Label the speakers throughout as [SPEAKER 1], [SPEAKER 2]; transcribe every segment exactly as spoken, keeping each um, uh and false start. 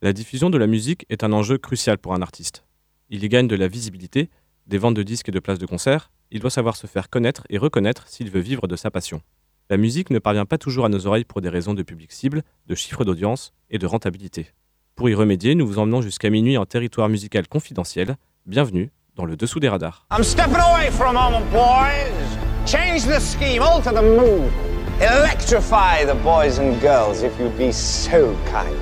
[SPEAKER 1] La diffusion de la musique est un enjeu crucial pour un artiste. Il y gagne de la visibilité, des ventes de disques et de places de concert. Il doit savoir se faire connaître et reconnaître s'il veut vivre de sa passion. La musique ne parvient pas toujours à nos oreilles pour des raisons de public cible, de chiffres d'audience et de rentabilité. Pour y remédier, nous vous emmenons jusqu'à minuit en territoire musical confidentiel. Bienvenue dans le Dessous des radars.
[SPEAKER 2] I'm stepping away for a moment, boys. Change the scheme, alter the mood. Electrify the boys and girls if you'd be so kind.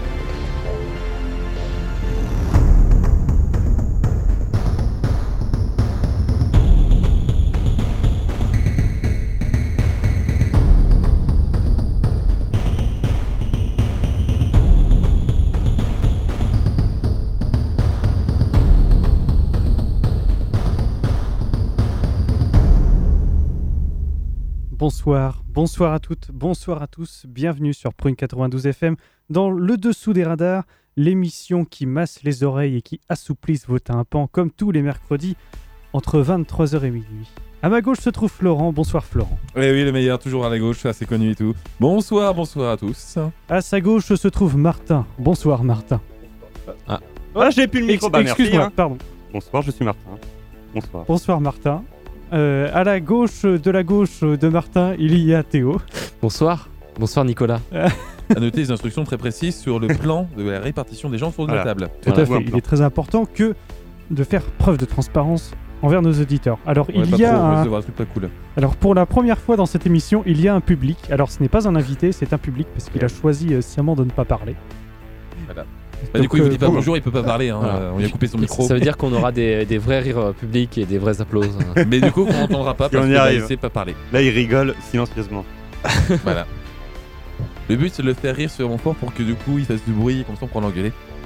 [SPEAKER 3] Bonsoir, bonsoir à toutes, bonsoir à tous, bienvenue sur Prune quatre-vingt-douze F M dans le Dessous des radars, l'émission qui masse les oreilles et qui assouplisse vos tympans comme tous les mercredis entre vingt-trois heures et minuit. À ma gauche se trouve Florent, bonsoir Florent.
[SPEAKER 4] Oui, oui, le meilleur, toujours à la gauche, assez connu et tout. Bonsoir, bonsoir à tous.
[SPEAKER 3] À sa gauche se trouve Martin, bonsoir Martin.
[SPEAKER 5] Ah, ah j'ai plus le micro,
[SPEAKER 3] Ex-
[SPEAKER 5] bah
[SPEAKER 3] excuse-moi,
[SPEAKER 5] merci, hein.
[SPEAKER 3] pardon.
[SPEAKER 5] Bonsoir, je suis Martin. Bonsoir.
[SPEAKER 3] Bonsoir Martin. Euh, à la gauche de la gauche de Martin, il y a Théo.
[SPEAKER 6] Bonsoir, bonsoir Nicolas.
[SPEAKER 4] À noter les instructions très précises sur le plan de la répartition des gens autour de
[SPEAKER 5] Voilà.
[SPEAKER 4] la table.
[SPEAKER 3] Tout
[SPEAKER 6] Voilà.
[SPEAKER 3] à fait, il est très important que de faire preuve de transparence envers nos auditeurs. Alors
[SPEAKER 4] Ouais,
[SPEAKER 3] il
[SPEAKER 4] pas
[SPEAKER 3] y a
[SPEAKER 4] trop, on va
[SPEAKER 3] un...
[SPEAKER 4] se voir un truc pas cool.
[SPEAKER 3] Alors pour la première fois dans cette émission, il y a un public. Alors ce n'est pas un invité, c'est un public parce qu'il a choisi euh, sciemment de ne pas parler.
[SPEAKER 4] Voilà. Bah,
[SPEAKER 3] Donc,
[SPEAKER 4] du coup, il vous
[SPEAKER 3] euh,
[SPEAKER 4] dit pas
[SPEAKER 3] bon,
[SPEAKER 4] bonjour, il peut pas parler. Hein.
[SPEAKER 6] Voilà.
[SPEAKER 4] euh, On lui a coupé son micro.
[SPEAKER 6] Ça veut dire qu'on aura des, des vrais rires euh, publics et des vrais applauses.
[SPEAKER 4] Mais du coup, on n'entendra pas
[SPEAKER 5] Si
[SPEAKER 4] parce
[SPEAKER 5] on y
[SPEAKER 4] qu'il
[SPEAKER 5] arrive.
[SPEAKER 4] sait pas parler.
[SPEAKER 5] Là, il rigole silencieusement.
[SPEAKER 4] Voilà. Le but, c'est de le faire rire sur mon fort pour que du coup, il fasse du bruit et comme ça, on prend l'engueuler.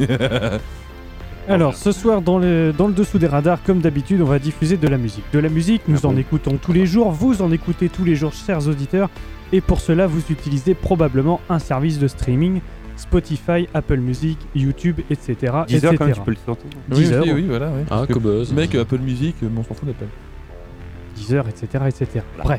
[SPEAKER 3] Alors ce soir dans le, dans le dessous des radars, comme d'habitude, on va diffuser de la musique. De la musique, nous
[SPEAKER 5] Ah
[SPEAKER 3] en
[SPEAKER 5] bon
[SPEAKER 3] écoutons tous les jours, vous en écoutez tous les jours, chers auditeurs. Et pour cela, vous utilisez probablement un service de streaming, Spotify, Apple Music, YouTube, et cetera.
[SPEAKER 5] dix heures quand même,
[SPEAKER 3] et cetera.
[SPEAKER 5] tu peux le sortir.
[SPEAKER 4] Oui,
[SPEAKER 3] dix heures.
[SPEAKER 4] oui, oui, voilà. Ouais.
[SPEAKER 6] Ah,
[SPEAKER 4] Parce que
[SPEAKER 6] Cobuzz.
[SPEAKER 4] Mec, Apple Music, euh, on s'en fout d'Apple.
[SPEAKER 3] dix heures, et cetera, et cetera. Bref.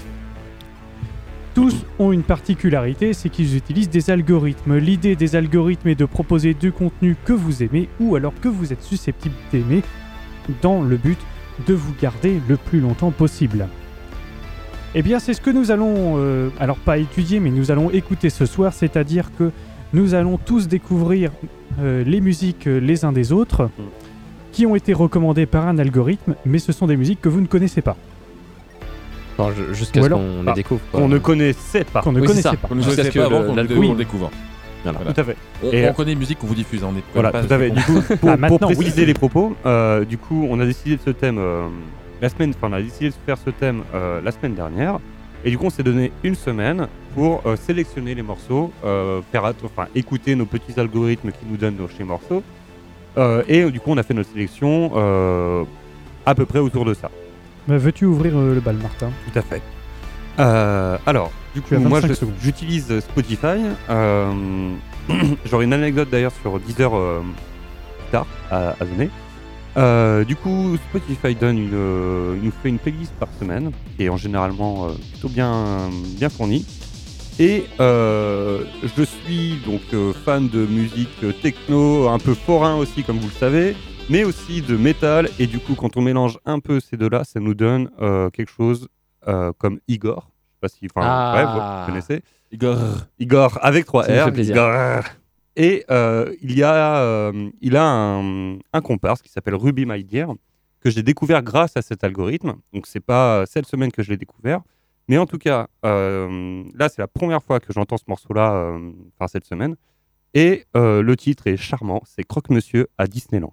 [SPEAKER 3] Tous ont une particularité, c'est qu'ils utilisent des algorithmes. L'idée des algorithmes est de proposer du contenu que vous aimez ou alors que vous êtes susceptible d'aimer dans le but de vous garder le plus longtemps possible. Eh bien, c'est ce que nous allons, euh, alors pas étudier, mais nous allons écouter ce soir, c'est-à-dire que nous allons tous découvrir euh, les musiques euh, les uns des autres qui ont été recommandées par un algorithme, mais ce sont des musiques que vous ne connaissez pas.
[SPEAKER 6] Enfin, je- jusqu'à
[SPEAKER 3] Ou
[SPEAKER 6] ce
[SPEAKER 3] alors-
[SPEAKER 6] qu'on
[SPEAKER 5] Ah,
[SPEAKER 6] les découvre. quoi.
[SPEAKER 5] On ne connaissait pas.
[SPEAKER 3] Qu'on ne
[SPEAKER 6] Oui, c'est
[SPEAKER 3] connaissait
[SPEAKER 6] ça.
[SPEAKER 3] pas.
[SPEAKER 4] On ne
[SPEAKER 6] Jusqu'à
[SPEAKER 4] savait
[SPEAKER 6] ce que
[SPEAKER 4] pas avant
[SPEAKER 6] le-
[SPEAKER 4] qu'on
[SPEAKER 6] l'algo-
[SPEAKER 4] le
[SPEAKER 6] oui.
[SPEAKER 4] on le découvre. Voilà.
[SPEAKER 5] Tout à fait.
[SPEAKER 4] On,
[SPEAKER 5] Et,
[SPEAKER 4] on connaît les musiques qu'on vous diffuse. Hein, on est
[SPEAKER 5] Voilà,
[SPEAKER 4] pas-
[SPEAKER 5] tout à fait. Du coup, pour,
[SPEAKER 3] Ah, maintenant,
[SPEAKER 5] pour préciser
[SPEAKER 3] oui.
[SPEAKER 5] les propos, euh, du coup, on a décidé de ce thème euh, la semaine. Enfin, on a décidé de faire ce thème euh, la semaine dernière. Et du coup, on s'est donné une semaine pour euh, sélectionner les morceaux, euh, faire att- enfin, écouter nos petits algorithmes qui nous donnent nos chez morceaux. Euh, et du coup, on a fait notre sélection euh, à peu près autour de ça.
[SPEAKER 3] Bah, veux-tu ouvrir euh, le bal, Martin?
[SPEAKER 5] Tout à fait. Euh, alors, du
[SPEAKER 3] Tu
[SPEAKER 5] coup,
[SPEAKER 3] as
[SPEAKER 5] moi,
[SPEAKER 3] vingt-cinq
[SPEAKER 5] je-
[SPEAKER 3] secondes.
[SPEAKER 5] j'utilise Spotify. Euh, J'aurais une anecdote d'ailleurs sur Deezer euh, plus tard à, à donner. Euh, du coup, Spotify donne une, euh, il nous fait une playlist par semaine, qui est en généralement euh, plutôt bien, bien fournie. Et euh, je suis donc euh, fan de musique euh, techno, un peu forain aussi, comme vous le savez, mais aussi de métal. Et du coup, quand on mélange un peu ces deux-là, ça nous donne euh, quelque chose euh, comme Igor. Je sais pas si, enfin,
[SPEAKER 6] Ah.
[SPEAKER 5] ouais, vous, vous connaissez.
[SPEAKER 4] Igor.
[SPEAKER 5] Igor avec trois
[SPEAKER 6] Ça me
[SPEAKER 5] R.
[SPEAKER 6] fait plaisir.
[SPEAKER 5] Igor. Et euh, il y a, euh, il a un, un comparse qui s'appelle Ruby My Dear, que j'ai découvert grâce à cet algorithme. Donc c'est pas cette semaine que je l'ai découvert, mais en tout cas, euh, là c'est la première fois que j'entends ce morceau-là, euh, enfin cette semaine. Et euh, le titre est charmant, c'est Croque-Monsieur à Disneyland.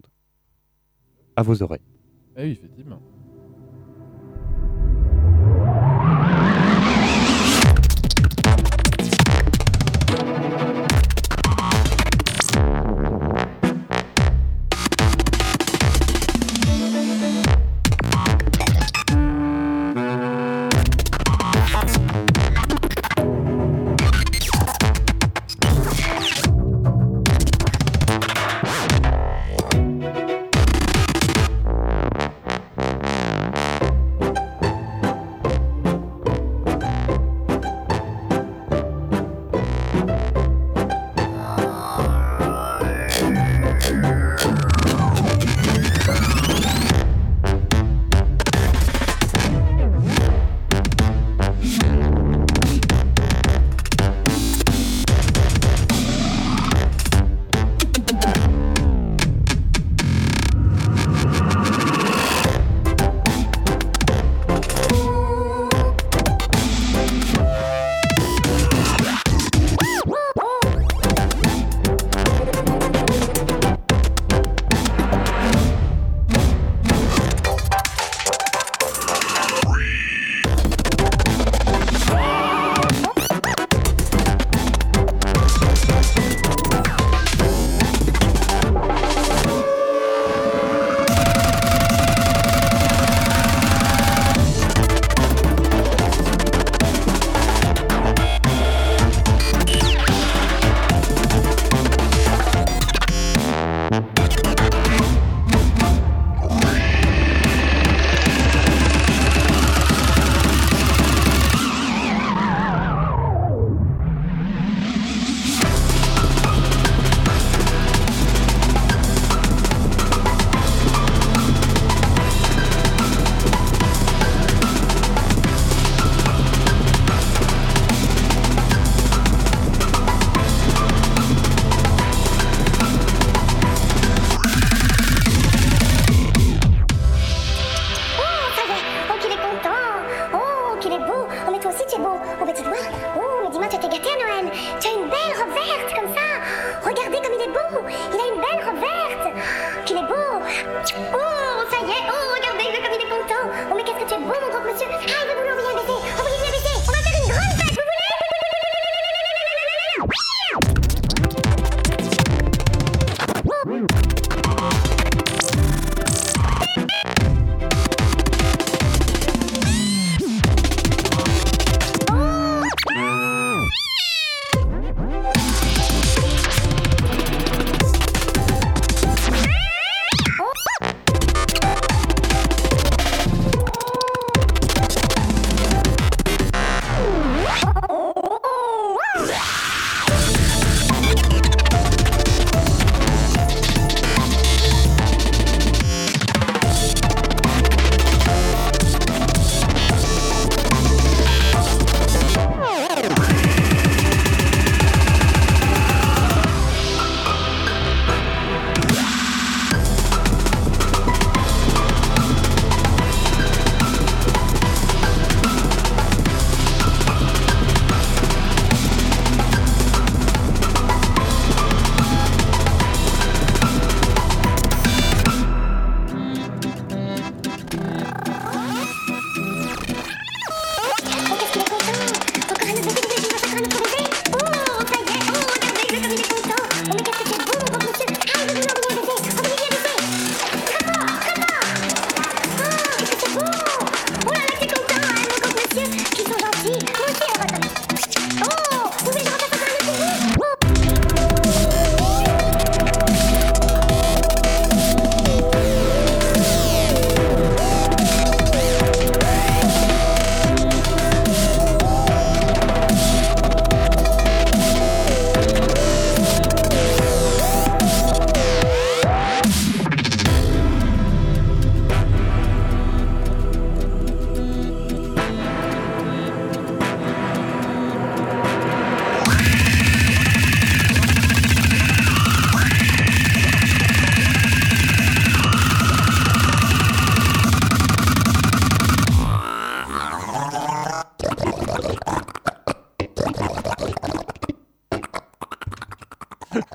[SPEAKER 5] À vos oreilles.
[SPEAKER 4] Ah oui, effectivement.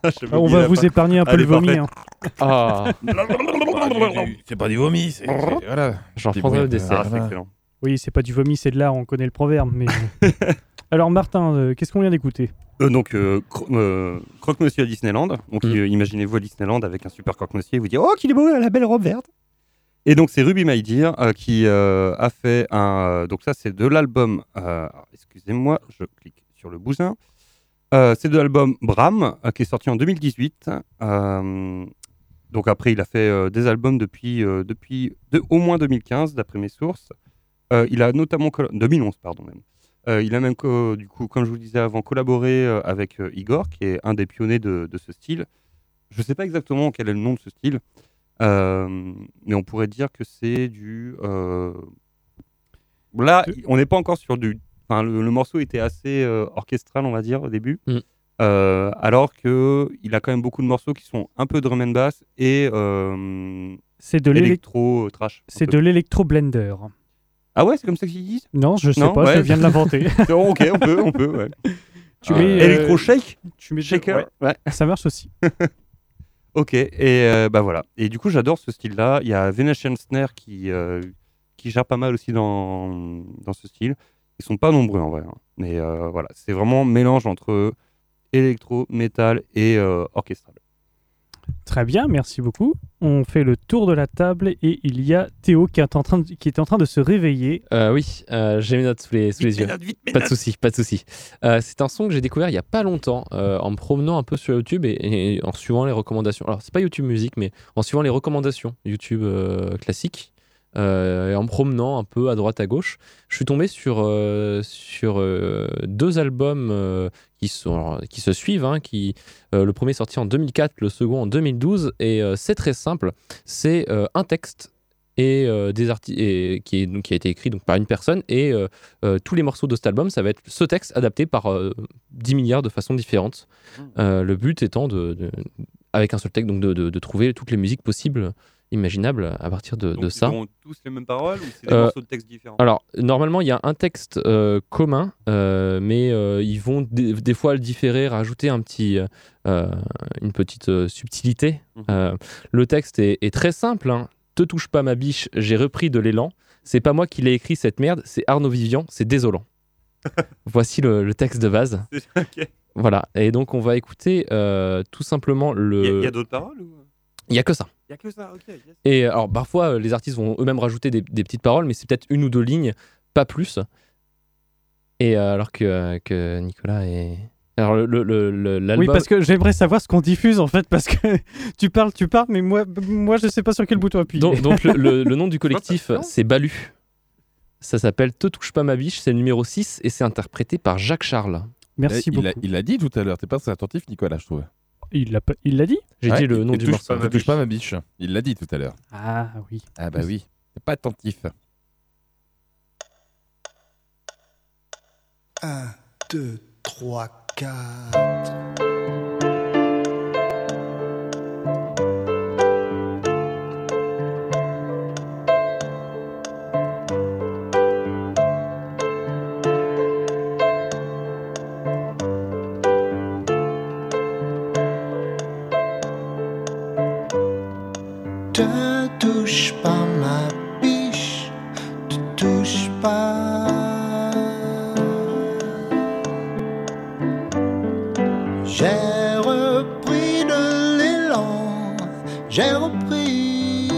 [SPEAKER 5] J'avais
[SPEAKER 3] On
[SPEAKER 5] oublié
[SPEAKER 3] va
[SPEAKER 5] la
[SPEAKER 3] vous
[SPEAKER 5] fin.
[SPEAKER 3] épargner un peu
[SPEAKER 5] Allez,
[SPEAKER 3] le vomi.
[SPEAKER 5] parfait.
[SPEAKER 3] hein.
[SPEAKER 6] Ah,
[SPEAKER 4] C'est pas du vomi, c'est. c'est- Voilà.
[SPEAKER 6] j'en
[SPEAKER 4] Petit
[SPEAKER 6] prendrai
[SPEAKER 4] bruit
[SPEAKER 6] le
[SPEAKER 4] un peu.
[SPEAKER 6] dessert.
[SPEAKER 5] Ah, c'est excellent.
[SPEAKER 3] Oui, c'est pas du vomi, c'est de l'art, on connaît le proverbe. Mais... Alors Martin, euh, qu'est-ce qu'on vient d'écouter?
[SPEAKER 5] Euh, donc, euh, cro- euh, croque-monsieur à Disneyland. Donc,
[SPEAKER 6] Mm.
[SPEAKER 5] euh, imaginez-vous à Disneyland avec un super croque-monsieur et vous dire « Oh, qu'il est beau, la belle robe verte !» Et donc, c'est Ruby My Dear euh, qui euh, a fait un... euh, donc, ça, c'est de l'album... euh, alors, excusez-moi, je clique sur le bousin. Euh, c'est de l'album Bram, euh, qui est sorti en deux mille dix-huit. Euh, donc, après, il a fait euh, des albums depuis, euh, depuis de, au moins deux mille quinze, d'après mes sources. Euh, il a notamment... coll- deux mille onze, pardon, même. Euh, il a même, co- du coup, comme je vous le disais avant, collaboré euh, avec euh, Igor, qui est un des pionniers de, de ce style. Je ne sais pas exactement quel est le nom de ce style, euh, mais on pourrait dire que c'est du... euh, Là,
[SPEAKER 3] De-
[SPEAKER 5] on n'est pas encore sur du... Enfin, le, le morceau était assez euh, orchestral, on va dire, au début.
[SPEAKER 6] Mm.
[SPEAKER 5] Euh, alors qu'il a quand même beaucoup de morceaux qui sont un peu drum and bass et euh,
[SPEAKER 3] C'est de l'élec-
[SPEAKER 5] électro euh, trash. un
[SPEAKER 3] c'est
[SPEAKER 5] peu.
[SPEAKER 3] de l'électro-blender.
[SPEAKER 5] Ah ouais, c'est comme ça qu'ils disent.
[SPEAKER 3] Non, je sais
[SPEAKER 5] Non,
[SPEAKER 3] pas,
[SPEAKER 5] ouais.
[SPEAKER 3] je viens de l'inventer.
[SPEAKER 5] Bon, ok, on peut, on peut, ouais.
[SPEAKER 3] Tu
[SPEAKER 4] Ah,
[SPEAKER 3] mets,
[SPEAKER 4] ouais.
[SPEAKER 3] euh,
[SPEAKER 5] Electro shake,
[SPEAKER 3] tu mets
[SPEAKER 5] shaker,
[SPEAKER 3] ouais,
[SPEAKER 5] ouais.
[SPEAKER 3] ça marche aussi.
[SPEAKER 5] Ok, et euh, bah voilà. Et du coup, j'adore ce style-là. Il y a Venetian Snare qui, euh, qui gère pas mal aussi dans, dans ce style. Ils sont pas nombreux en vrai, hein. Mais euh, voilà, c'est vraiment un mélange entre électro, métal et euh, orchestral.
[SPEAKER 3] Très bien, merci beaucoup. On fait le tour de la table et il y a Théo qui est en train de, qui est en train de se réveiller.
[SPEAKER 6] Euh, oui, euh, j'ai mes notes sous les, sous les yeux. Pas de souci, pas de souci. Euh, c'est un son que j'ai découvert il y a pas longtemps euh, en me promenant un peu sur YouTube et, et en suivant les recommandations. Alors c'est pas YouTube Musique, mais en suivant les recommandations YouTube euh, classiques euh, et en me promenant un peu à droite à gauche, je suis tombé sur euh, sur euh, deux albums euh, qui sont alors, qui se suivent. Hein, qui euh, le premier est sorti en deux mille quatre, le second en deux mille douze et euh, c'est très simple. C'est euh, un texte et euh, des arti- et qui, est, donc, qui a été écrit donc, par une personne et euh, euh, tous les morceaux de cet album ça va être ce texte adapté par euh, dix milliards de façons différentes. Euh, le but étant de, de- avec un seul texte donc de, de- de trouver toutes les musiques possibles imaginables à partir de,
[SPEAKER 5] Donc,
[SPEAKER 6] de
[SPEAKER 5] ils
[SPEAKER 6] ça.
[SPEAKER 5] auront tous les mêmes paroles ou c'est des
[SPEAKER 6] Euh,
[SPEAKER 5] morceaux de texte différents?
[SPEAKER 6] Alors, normalement, il y a un texte euh, commun, euh, mais euh, ils vont des, des fois le différer, rajouter un petit, euh, une petite euh, subtilité.
[SPEAKER 5] Mhm.
[SPEAKER 6] Euh, le texte est, est très simple. Hein. Te touche pas ma biche, j'ai repris de l'élan. C'est pas moi qui l'ai écrit cette merde, c'est Arnaud Vivian, c'est désolant. Voici le, le texte de base.
[SPEAKER 5] Ok.
[SPEAKER 6] Voilà. Et donc, on va écouter euh, tout simplement le.
[SPEAKER 5] Il y a, il y a d'autres paroles ou...
[SPEAKER 6] Il y a que ça.
[SPEAKER 5] Il y a que ça, ok. Yes.
[SPEAKER 6] Et alors, parfois, euh, les artistes vont eux-mêmes rajouter des, des petites paroles, mais c'est peut-être une ou deux lignes, pas plus. Et euh, alors que, euh, que Nicolas est. Alors, le, le, le- le- l'album.
[SPEAKER 3] Oui, parce que j'aimerais savoir ce qu'on diffuse en fait, parce que tu parles, tu parles, mais moi, moi je sais pas sur quel bouton appuyer.
[SPEAKER 6] Donc, donc le, le- le nom du collectif,
[SPEAKER 5] Non.
[SPEAKER 6] c'est Balu. Ça s'appelle Te touche pas ma biche, c'est le numéro six et c'est interprété par Jacques Charles.
[SPEAKER 3] Merci
[SPEAKER 4] il
[SPEAKER 3] beaucoup.
[SPEAKER 4] l'a- Il l'a dit tout à l'heure, t'es pas très attentif, Nicolas, je trouve.
[SPEAKER 3] Il l'a pas- il l'a dit?
[SPEAKER 6] J'ai
[SPEAKER 4] Ouais,
[SPEAKER 6] dit le
[SPEAKER 4] il-
[SPEAKER 6] nom
[SPEAKER 4] il
[SPEAKER 6] du
[SPEAKER 4] touche
[SPEAKER 6] morceau.
[SPEAKER 4] Pas, ne touche pas ma biche. Il l'a dit tout à l'heure.
[SPEAKER 3] Ah oui.
[SPEAKER 4] Ah bah oui, t'es pas attentif.
[SPEAKER 7] Un, deux, trois, quatre. Te touche pas ma biche, te touche pas. J'ai repris de l'élan, j'ai repris.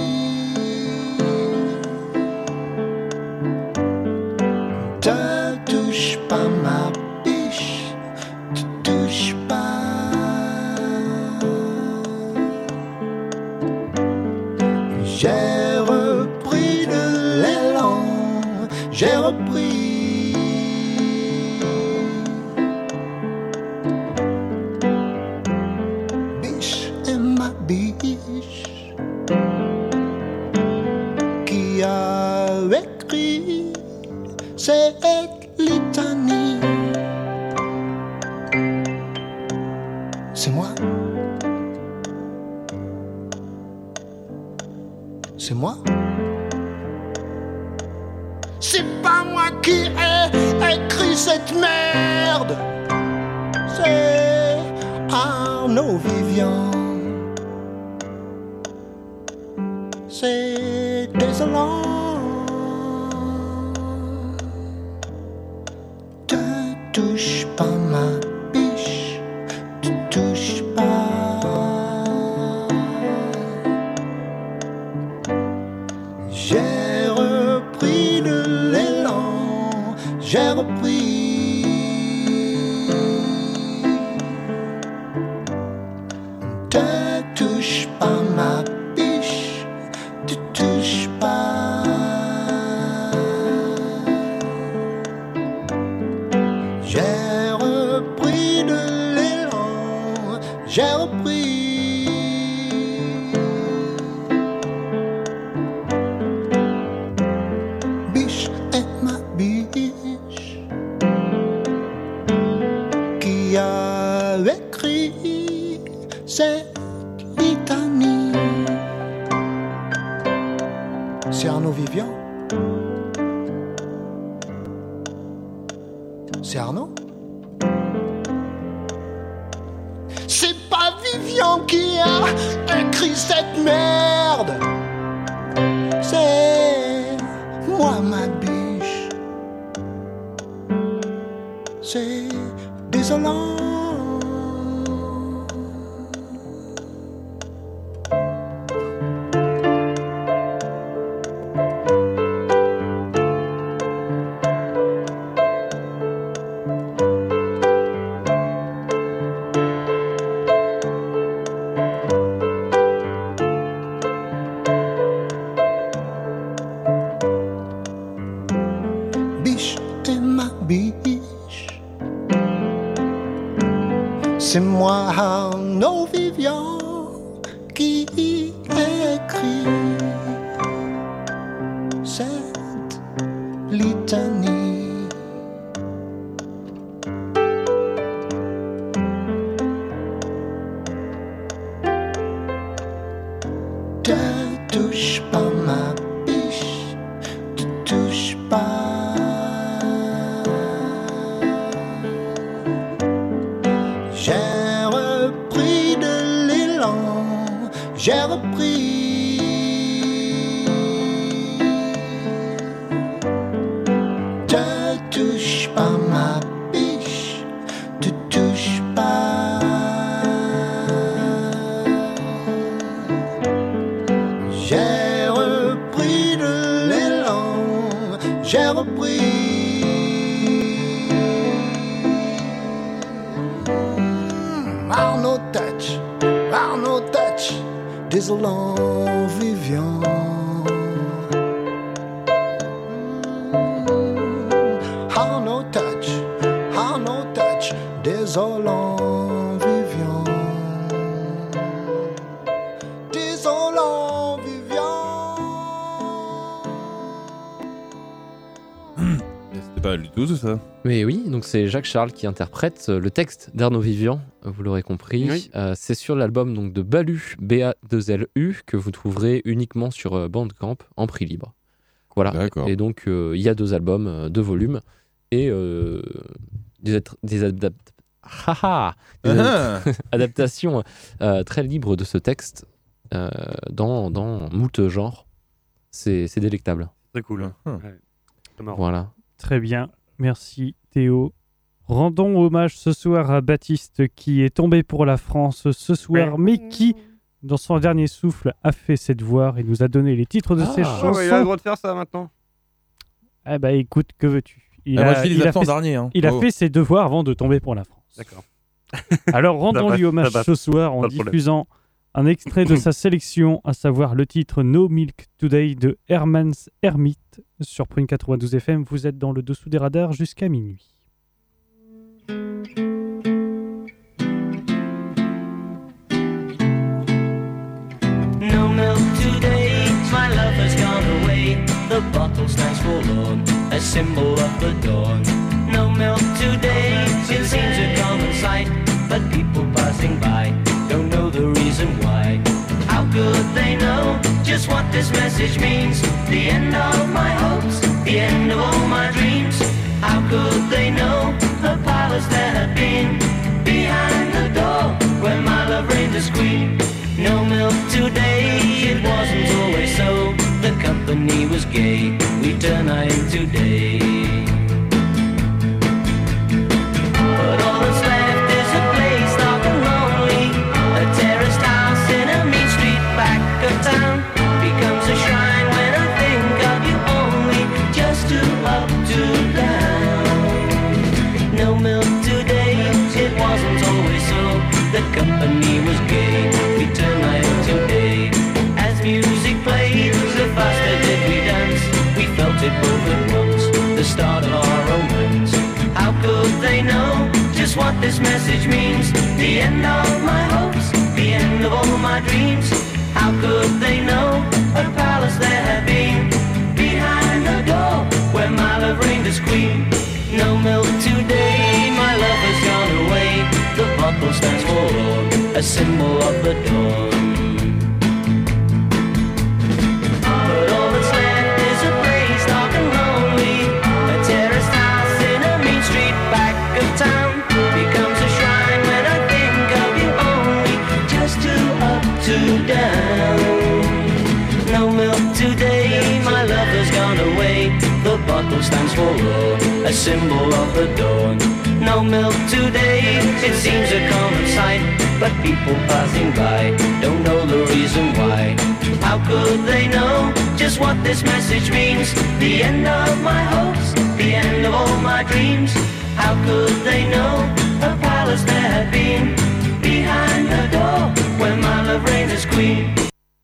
[SPEAKER 7] Te touche pas ma biche, te touche pas. J'ai repris de l'élan, j'ai repris. Biche et ma biche, qui a écrit cette litanie? C'est moi. C'est moi. C'est pas moi qui ai écrit cette merde. C'est Arnaud Arnaud Vivian. C'est désolant. Te touche pas ma biche, te touche pas. J'ai repris de l'élan, j'ai repris. Te touche pas ma biche, te touche pas. J'ai repris de l'élan, j'ai repris. Biche est ma biche qui a écrit cette litanie. C'est Arnaud Vivian. C'est Arnaud. C'est pas Vivian qui a écrit cette merde. C'est moi ma biche. C'est désolant. Biche est ma biche. C'est moi Arnaud Vivian qui écrit cette litanie. Te touche pas ma biche, te touche pas. J'ai repris de l'élan, j'ai repris. Te touche pas ma biche, te touche pas. J'ai repris de l'élan, j'ai repris. Arnaud Touch, Arnaud Touch, désolant Vivian. Arnaud Touch, Arnaud Touch, désolant Vivian. Désolant Vivian.
[SPEAKER 4] C'était pas du tout ça.
[SPEAKER 6] Mais oui, donc c'est Jacques Charles qui interprète euh, le texte d'Arnaud Vivian, vous l'aurez compris.
[SPEAKER 5] Oui.
[SPEAKER 6] Euh, c'est sur l'album donc, de Balu, B A deux L U, que vous trouverez uniquement sur euh, Bandcamp en prix libre. Voilà.
[SPEAKER 4] D'accord.
[SPEAKER 6] Et donc euh, il y a deux albums, euh, deux volumes, et euh, des, at- des, adap- Haha des
[SPEAKER 4] Ah
[SPEAKER 6] ad- adaptations euh, très libres de ce texte euh, dans, dans moult genres. C'est, c'est délectable.
[SPEAKER 5] Très cool.
[SPEAKER 4] Hum.
[SPEAKER 5] Ouais. C'est marrant.
[SPEAKER 6] Voilà.
[SPEAKER 3] Très bien, merci Théo. Rendons hommage ce soir à Baptiste qui est tombé pour la France ce soir, mais qui, dans son dernier souffle, a fait ses devoirs et nous a donné les titres de ses
[SPEAKER 5] Ah,
[SPEAKER 3] chansons.
[SPEAKER 5] ouais, il a le droit de faire ça maintenant.
[SPEAKER 3] Eh ben écoute, que veux-tu? Il,
[SPEAKER 4] Ah,
[SPEAKER 3] a,
[SPEAKER 4] moi, je file
[SPEAKER 3] il,
[SPEAKER 4] les
[SPEAKER 3] a,
[SPEAKER 4] absents
[SPEAKER 3] fait,
[SPEAKER 4] dernier. Hein.
[SPEAKER 3] il a
[SPEAKER 4] Oh.
[SPEAKER 3] fait ses devoirs avant de tomber pour la France.
[SPEAKER 5] D'accord.
[SPEAKER 3] Alors rendons-lui
[SPEAKER 5] Ça
[SPEAKER 3] hommage
[SPEAKER 5] passe,
[SPEAKER 3] ce soir en
[SPEAKER 5] pas de problème.
[SPEAKER 3] diffusant un extrait de sa sélection, à savoir le titre No Milk Today de Herman's Hermite sur Prune quatre-vingt-douze F M. Vous êtes dans le dessous des radars jusqu'à minuit.
[SPEAKER 8] No milk today, my lover's gone away. The bottle stands forlorn, a symbol of the dawn. No milk today, it seems a common sight, but people passing by don't know the reason why. How could they know just what this message means? The end of my hopes, the end of all my dreams. How could they know the palace there had been behind the door where my love reigned as queen. No milk today, it wasn't always so. The company was gay, we turn night into day. But all that's left is a place dark and lonely. A terraced house in a mean street back of town becomes a shrine when I think of you only. Just to up, to down. No milk today, it wasn't always so. The company was gay, we turn night into day. As music played, the faster did we dance. We felt it both at once, the start of our romance. How could they know just what this message means? The end of my hopes, the end of all my dreams. How could they know a palace there had been behind the door where my love reigned as queen? No milk today, my love has gone away. The bottle stands forlorn, a symbol of the dawn. But all that's left is a place dark and lonely. A terraced house in a mean street back of town becomes a shrine when I think of you only. Just to up, to down. No milk today, my love has gone away. The bottle stands forlorn, a symbol of the dawn. No milk today, it seems a common sight, but people passing by don't know the reason why. How could they know just what this message means? The end of my hopes, the end of all my dreams. How could they know a palace there had been behind the door where my love reigns as queen?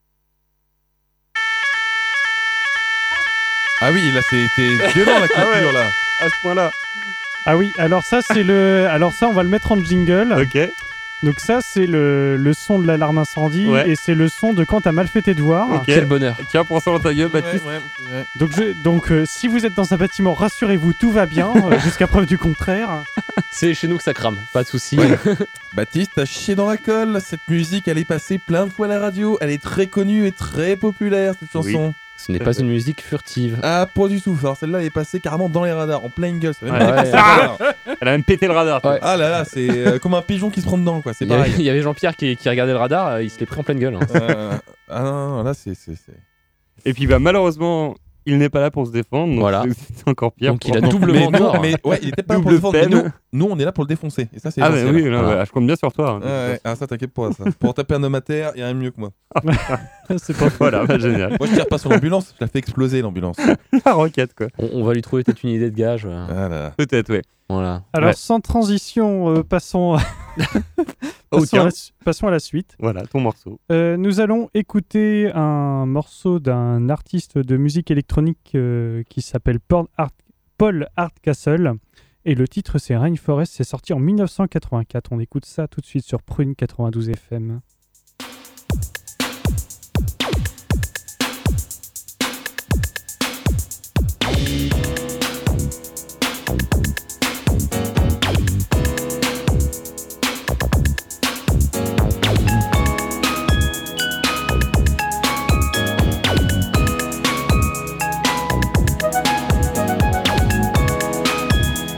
[SPEAKER 4] Ah oui, là c'est c'est violent la coupure
[SPEAKER 5] Ah ouais.
[SPEAKER 4] là.
[SPEAKER 5] À ce point-là.
[SPEAKER 3] Ah oui, alors ça c'est le, alors ça on va le mettre en jingle.
[SPEAKER 5] Ok.
[SPEAKER 3] Donc ça c'est le, le son de l'alarme incendie
[SPEAKER 5] Ouais.
[SPEAKER 3] et c'est le son de quand t'as mal fait tes devoirs.
[SPEAKER 5] Ok.
[SPEAKER 6] Quel bonheur.
[SPEAKER 5] Tiens, prends ça dans ta gueule,
[SPEAKER 4] Ouais,
[SPEAKER 5] Baptiste.
[SPEAKER 4] ouais, ouais.
[SPEAKER 3] Donc, je, donc euh, si vous êtes dans un bâtiment, rassurez-vous, tout va bien, euh, jusqu'à preuve du contraire.
[SPEAKER 6] C'est chez nous que ça crame, pas de soucis.
[SPEAKER 4] Ouais. Baptiste, t'as chié dans la colle. Cette musique, elle est passée plein de fois à la radio. Elle est très connue et très populaire cette chanson.
[SPEAKER 6] Ce n'est pas une musique furtive.
[SPEAKER 4] Ah, pas du tout. Alors celle-là, elle est passée carrément dans les radars, en pleine gueule. Ça fait même
[SPEAKER 6] Ouais,
[SPEAKER 4] pas
[SPEAKER 6] ouais.
[SPEAKER 4] passer le radar.
[SPEAKER 5] Elle a même pété le radar.
[SPEAKER 6] Ouais.
[SPEAKER 4] Ah là là, c'est euh, comme un pigeon qui se prend dedans, quoi. C'est
[SPEAKER 6] Il y, avait,
[SPEAKER 4] pareil.
[SPEAKER 6] il y avait Jean-Pierre qui, qui regardait le radar, euh, il se l'est pris en pleine gueule. hein.
[SPEAKER 4] Euh, ah non, non, là, c'est. c'est- c'est-
[SPEAKER 5] Et puis bah malheureusement, il n'est pas là pour se défendre. Donc
[SPEAKER 6] Voilà.
[SPEAKER 5] c'est- c'est encore pire.
[SPEAKER 6] Donc
[SPEAKER 5] pour-
[SPEAKER 6] il a
[SPEAKER 4] Mais
[SPEAKER 6] doublement
[SPEAKER 4] non,
[SPEAKER 6] tort.
[SPEAKER 4] mais ouais, il était pas là pour
[SPEAKER 5] Double
[SPEAKER 4] le défendre. Mais
[SPEAKER 5] peine.
[SPEAKER 4] nous, nous, on est là pour le défoncer. Et ça, c'est
[SPEAKER 5] Ah bah
[SPEAKER 4] essentiel.
[SPEAKER 5] oui, non,
[SPEAKER 6] Voilà.
[SPEAKER 5] bah, je compte bien sur toi. hein.
[SPEAKER 4] Ouais, ouais. Ah, ça, t'inquiète pas, ça. Pour taper un homme à terre, il y a rien de mieux que moi.
[SPEAKER 3] C'est pas
[SPEAKER 5] Voilà, bah, génial.
[SPEAKER 4] Moi, je tire pas sur l'ambulance, je la fais exploser, l'ambulance.
[SPEAKER 5] La roquette quoi.
[SPEAKER 6] On, on va lui trouver peut-être une idée de gage. euh,
[SPEAKER 4] Voilà.
[SPEAKER 5] Peut-être, ouais.
[SPEAKER 6] Voilà.
[SPEAKER 3] Alors
[SPEAKER 5] Ouais.
[SPEAKER 3] sans transition, euh, passons, à...
[SPEAKER 5] Oh,
[SPEAKER 3] passons,
[SPEAKER 5] tiens.
[SPEAKER 3] à la, su- passons à la suite.
[SPEAKER 5] Voilà, ton morceau.
[SPEAKER 3] Euh, nous allons écouter un morceau d'un artiste de musique électronique euh, qui s'appelle Paul, Hart- Paul Hardcastle. Et le titre c'est Rainforest, c'est sorti en mille neuf cent quatre-vingt-quatre. On écoute ça tout de suite sur Prune quatre-vingt-douze F M.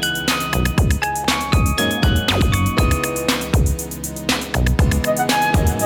[SPEAKER 8] Thank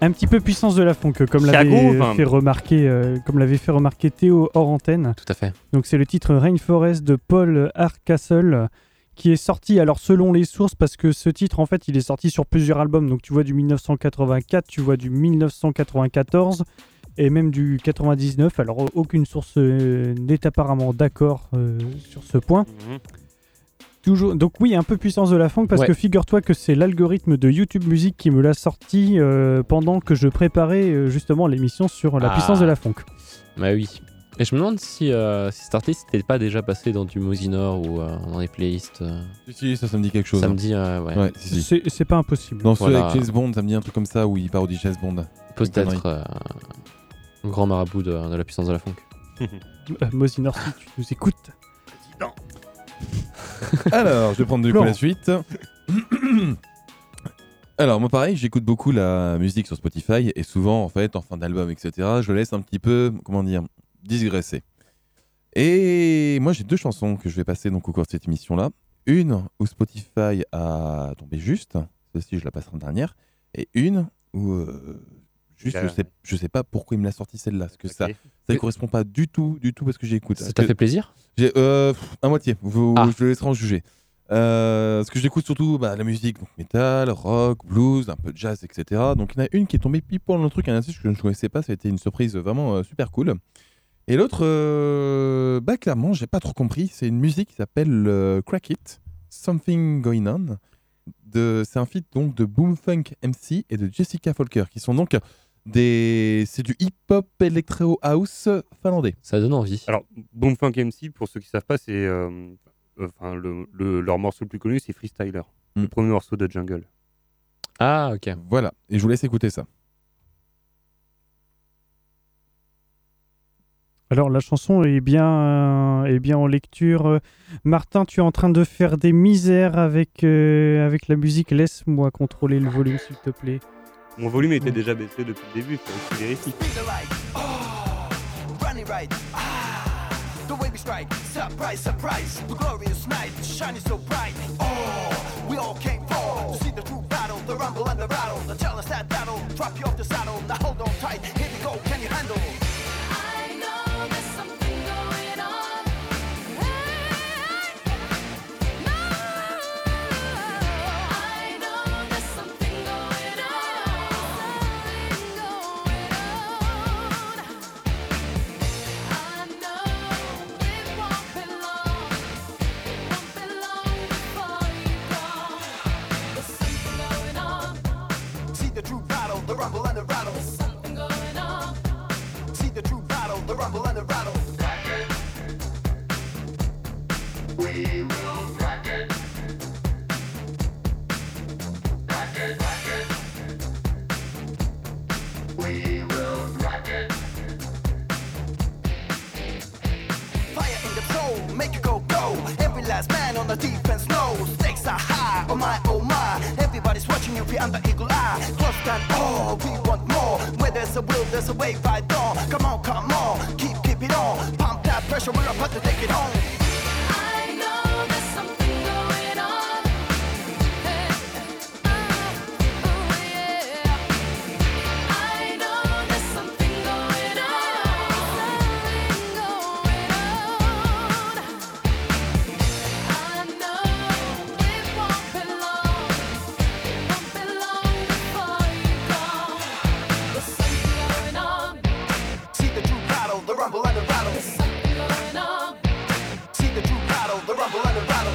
[SPEAKER 3] Un petit peu puissance de la funk, comme
[SPEAKER 5] Ça
[SPEAKER 3] l'avait
[SPEAKER 5] groove.
[SPEAKER 3] fait remarquer, euh, comme l'avait fait remarquer Théo hors antenne.
[SPEAKER 6] Tout à fait.
[SPEAKER 3] Donc c'est le titre Rainforest de Paul Hardcastle qui est sorti, alors selon les sources, parce que ce titre en fait il est sorti sur plusieurs albums, donc tu vois du mille neuf cent quatre-vingt-quatre, tu vois du mille neuf cent quatre-vingt-quatorze et même du quatre-vingt-dix-neuf, alors aucune source euh, n'est apparemment d'accord euh, sur ce point.
[SPEAKER 5] Mhm.
[SPEAKER 3] Toujours, donc oui, un peu puissance de la funk, parce
[SPEAKER 6] Ouais.
[SPEAKER 3] que figure-toi que c'est l'algorithme de YouTube Music qui me l'a sorti euh, pendant que je préparais euh, justement l'émission sur la
[SPEAKER 6] Ah.
[SPEAKER 3] puissance de la funk.
[SPEAKER 6] Bah oui. Et je me demande si, euh, si cet artiste n'était pas déjà passé dans du Mosinor ou euh, dans les playlists. Euh,
[SPEAKER 4] Si, si, ça, ça me dit quelque chose.
[SPEAKER 6] ça
[SPEAKER 4] hein.
[SPEAKER 6] me dit, euh, ouais.
[SPEAKER 4] Ouais, si, si.
[SPEAKER 3] C'est, c'est pas impossible.
[SPEAKER 4] Dans ceux
[SPEAKER 6] Voilà.
[SPEAKER 4] avec James Bond, ça me dit un truc comme ça où il parodie James Bond.
[SPEAKER 6] Peut-être euh, un grand marabout de, de la puissance de la funk.
[SPEAKER 3] Euh, Mosinor, si tu nous écoutes.
[SPEAKER 4] Alors, je vais prendre du coup
[SPEAKER 3] Laurent.
[SPEAKER 4] la suite. Alors, moi pareil, j'écoute beaucoup la musique sur Spotify et souvent, en fait, en fin d'album, et cetera, je laisse un petit peu, comment dire, digresser. Et moi, j'ai deux chansons que je vais passer donc au cours de cette émission-là. Une où Spotify a tombé juste, celle-ci je la passerai en dernière, et une où euh, juste
[SPEAKER 5] Il a-
[SPEAKER 4] je sais, je sais pas pourquoi il me l'a sorti celle-là, parce que ça,
[SPEAKER 5] Ok.
[SPEAKER 4] ça ne correspond pas du tout, du tout à ce que j'écoute.
[SPEAKER 6] Ça t'a fait plaisir?
[SPEAKER 4] J'ai euh, pff, à moitié, vous,
[SPEAKER 6] Ah.
[SPEAKER 4] je le laisserai en juger. Euh, ce que j'écoute surtout, bah, la musique, donc métal, rock, blues, un peu de jazz, et cetera. Donc il y en a une qui est tombée pile poil dans le truc, un artiste que je ne connaissais pas, ça a été une surprise vraiment euh, super cool. Et l'autre, euh, bah clairement, j'ai pas trop compris. C'est une musique qui s'appelle euh, Crack It, Something Going On. De, c'est un feat donc de Boomfunk M C et de Jessica Folker, qui sont donc des, c'est du hip-hop electro house finlandais.
[SPEAKER 6] Ça donne envie.
[SPEAKER 5] Alors, Boomfunk M C, pour ceux qui ne savent pas, c'est. euh, Enfin, le, le- leur morceau le plus connu, c'est Freestyler.
[SPEAKER 4] Mm.
[SPEAKER 5] Le premier morceau de Jungle.
[SPEAKER 6] Ah, ok.
[SPEAKER 4] Voilà, et je vous laisse écouter ça.
[SPEAKER 3] Alors la chanson est bien, est bien en lecture. Euh, Martin, tu es en train de faire des misères avec, euh, avec la musique. Laisse-moi contrôler le volume, s'il te plaît.
[SPEAKER 5] Mon volume était déjà baissé depuis le début, il faut que tu vérifies.
[SPEAKER 7] Running right. Ah, the way we strike. Surprise, surprise. The glorious night shining so bright. Oh, we all came for to see the true battle, the rumble and the rattle. The tell us that battle, drop you off the saddle. Now hold on tight. Here we go. Can you handle?
[SPEAKER 8] I know there's something going on. No, I know there's something going on. Something going on. I know it won't be long. It won't be long before you go. There's something going on.
[SPEAKER 7] See the true battle, the rumble and the rattle.
[SPEAKER 8] There's something going on.
[SPEAKER 7] See the true battle, the rumble and the rattle. Fire in the soul, make it go go. Every last man on the defense knows stakes are high. Oh my, oh my. Everybody's watching you be under eagle eye. Close down, oh, we want more. Where there's a will, there's a way right on. Come on, come on, keep, keep it on. Pump that pressure, we're about to take it home.
[SPEAKER 8] I know there's something going on. Oh yeah. I know there's something going on. Something going on. I know it won't be long. It won't be long before you go. There's something going on.
[SPEAKER 7] See the true battle, the rumble and the rattle.
[SPEAKER 8] There's something going on.
[SPEAKER 7] See the true battle, the rumble and the rattle.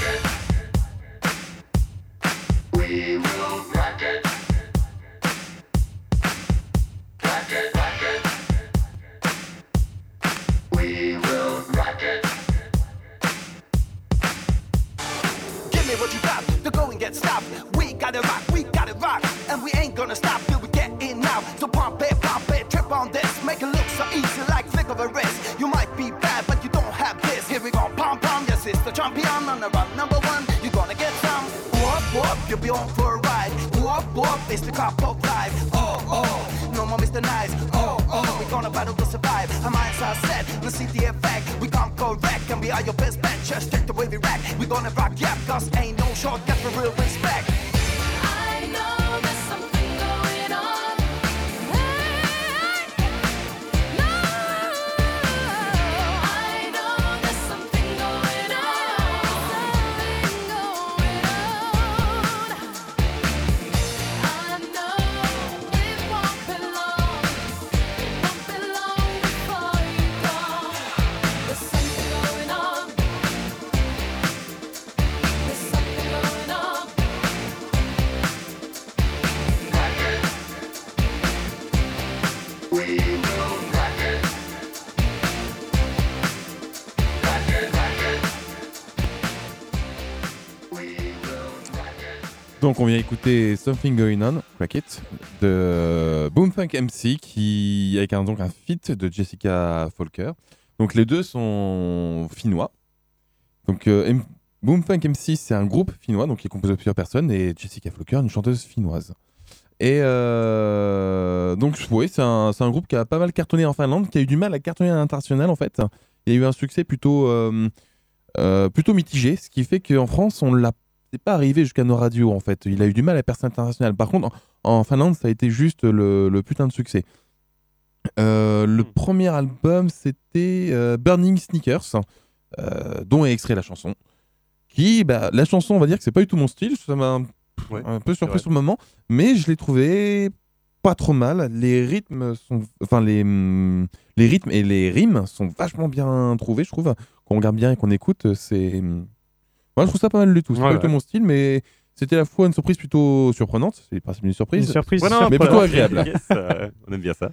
[SPEAKER 7] Give me what you got, the going get stopped. We gotta rock, we gotta rock, and we ain't gonna stop till we get in now. So pump it, pump it, trip on this, make it look so easy like flick of a wrist. You might be bad, but you don't have this. Here we go, pump, pump, yes, it's the champion on the run. Number one, you're gonna get some. Whoop, whoop, you'll be on for a ride. Whoop, whoop, it's the cup of life. Oh, oh, no more Mister Nice. Oh, oh, we're gonna battle to survive. Our minds are set, let's see the effect. We can't correct, and we are your best bet. Just check the way we rack. We're gonna rock, yeah, cause ain't no shortcut for real respect.
[SPEAKER 8] I know there's something going on.
[SPEAKER 4] Donc on vient écouter Something Going On, Crack It, de Boomfunk M C, qui avec un, donc un feat de Jessica Folker. Donc les deux sont finnois. Donc euh, M- Boomfunk M C, c'est un groupe finnois, donc qui est composé de plusieurs personnes, et Jessica Folker, une chanteuse finnoise. Et euh, donc oui, c'est un, c'est un groupe qui a pas mal cartonné en Finlande, qui a eu du mal à cartonner à l'international en fait. Il y a eu un succès plutôt, euh, euh, plutôt mitigé, ce qui fait qu'en France, on l'a c'est pas arrivé jusqu'à nos radios en fait. Il a eu du mal à percer international. Par contre, en, en Finlande, ça a été juste le, le putain de succès. Euh, le premier album, c'était euh, Burning Sneakers, euh, dont est extrait la chanson. Qui, bah, la chanson, on va dire que c'est pas du tout mon style. Ça m'a un,
[SPEAKER 5] Ouais,
[SPEAKER 4] un peu surpris
[SPEAKER 5] vrai.
[SPEAKER 4] sur le moment, mais je l'ai trouvé pas trop mal. Les rythmes sont, enfin les hum, les rythmes et les rimes sont vachement bien trouvés, je trouve. Quand on regarde bien et qu'on écoute, c'est moi, je trouve ça pas mal du tout. C'est
[SPEAKER 5] Ouais,
[SPEAKER 4] pas du tout
[SPEAKER 5] ouais.
[SPEAKER 4] mon style, mais c'était à la fois une surprise plutôt surprenante. C'est le principe d'une
[SPEAKER 3] Une
[SPEAKER 4] surprise.
[SPEAKER 3] surprise.
[SPEAKER 5] Ouais, non,
[SPEAKER 3] surprise.
[SPEAKER 4] mais plutôt
[SPEAKER 5] voilà.
[SPEAKER 4] agréable.
[SPEAKER 5] Yes, euh, on aime bien ça.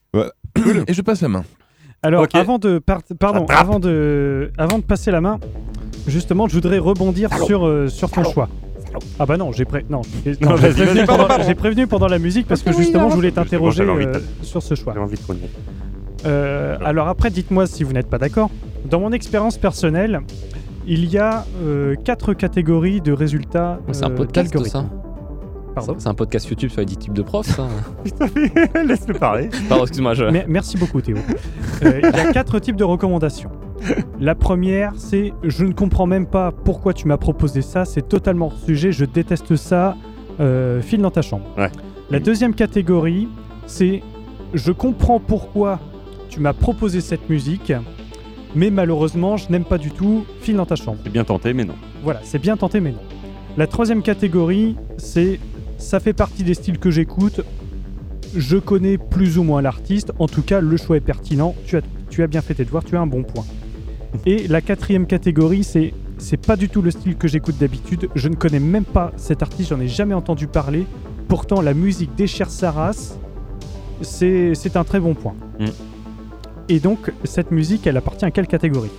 [SPEAKER 4] Et je passe la main.
[SPEAKER 3] Alors,
[SPEAKER 5] Ok.
[SPEAKER 3] avant de par- pardon,
[SPEAKER 5] Attrape.
[SPEAKER 3] avant de avant de passer la main, justement, je voudrais rebondir sur euh, sur ton choix. Ah bah non, j'ai pré... non, j'ai
[SPEAKER 5] Non,
[SPEAKER 3] non, j'ai
[SPEAKER 5] vas-y,
[SPEAKER 3] prévenu,
[SPEAKER 5] vas-y, pardon,
[SPEAKER 3] pendant...
[SPEAKER 5] pardon.
[SPEAKER 3] j'ai prévenu pendant la musique parce que
[SPEAKER 5] Oui,
[SPEAKER 3] justement,
[SPEAKER 5] non,
[SPEAKER 3] je voulais
[SPEAKER 5] c'est bon,
[SPEAKER 3] t'interroger
[SPEAKER 5] j'avais envie de
[SPEAKER 3] euh,
[SPEAKER 5] te-
[SPEAKER 3] sur ce choix.
[SPEAKER 5] J'ai envie de cogner.
[SPEAKER 3] Euh, alors après, dites-moi si vous n'êtes pas d'accord. Dans mon expérience personnelle, il y a euh, quatre catégories de résultats.
[SPEAKER 6] C'est un
[SPEAKER 3] euh,
[SPEAKER 6] podcast,
[SPEAKER 3] d'algorithmes.
[SPEAKER 6] ça.
[SPEAKER 3] Pardon.
[SPEAKER 6] C'est un podcast YouTube sur les dix types de profs, ça.
[SPEAKER 5] Laisse-le parler.
[SPEAKER 6] Pardon, excuse-moi. Je...
[SPEAKER 3] Mais- merci beaucoup Théo. Euh, Il y a quatre types de recommandations. La première, c'est je ne comprends même pas pourquoi tu m'as proposé ça, c'est totalement hors sujet, je déteste ça, euh, file dans ta chambre.
[SPEAKER 5] Ouais.
[SPEAKER 3] La deuxième catégorie, c'est je comprends pourquoi tu m'as proposé cette musique, mais malheureusement je n'aime pas du tout, file dans ta chambre.
[SPEAKER 5] C'est bien tenté, mais non.
[SPEAKER 3] Voilà, c'est bien tenté, mais non. La troisième catégorie, c'est ça fait partie des styles que j'écoute. Je connais plus ou moins l'artiste. En tout cas, le choix est pertinent. Tu as, tu as bien fait tes devoirs, tu as un bon point. Et la quatrième catégorie, c'est c'est pas du tout le style que j'écoute d'habitude. Je ne connais même pas cet artiste, j'en ai jamais entendu parler. Pourtant, la musique déchire sa race. C'est c'est un très bon point.
[SPEAKER 5] Mm.
[SPEAKER 3] Et donc, cette musique, elle appartient à quelle catégorie?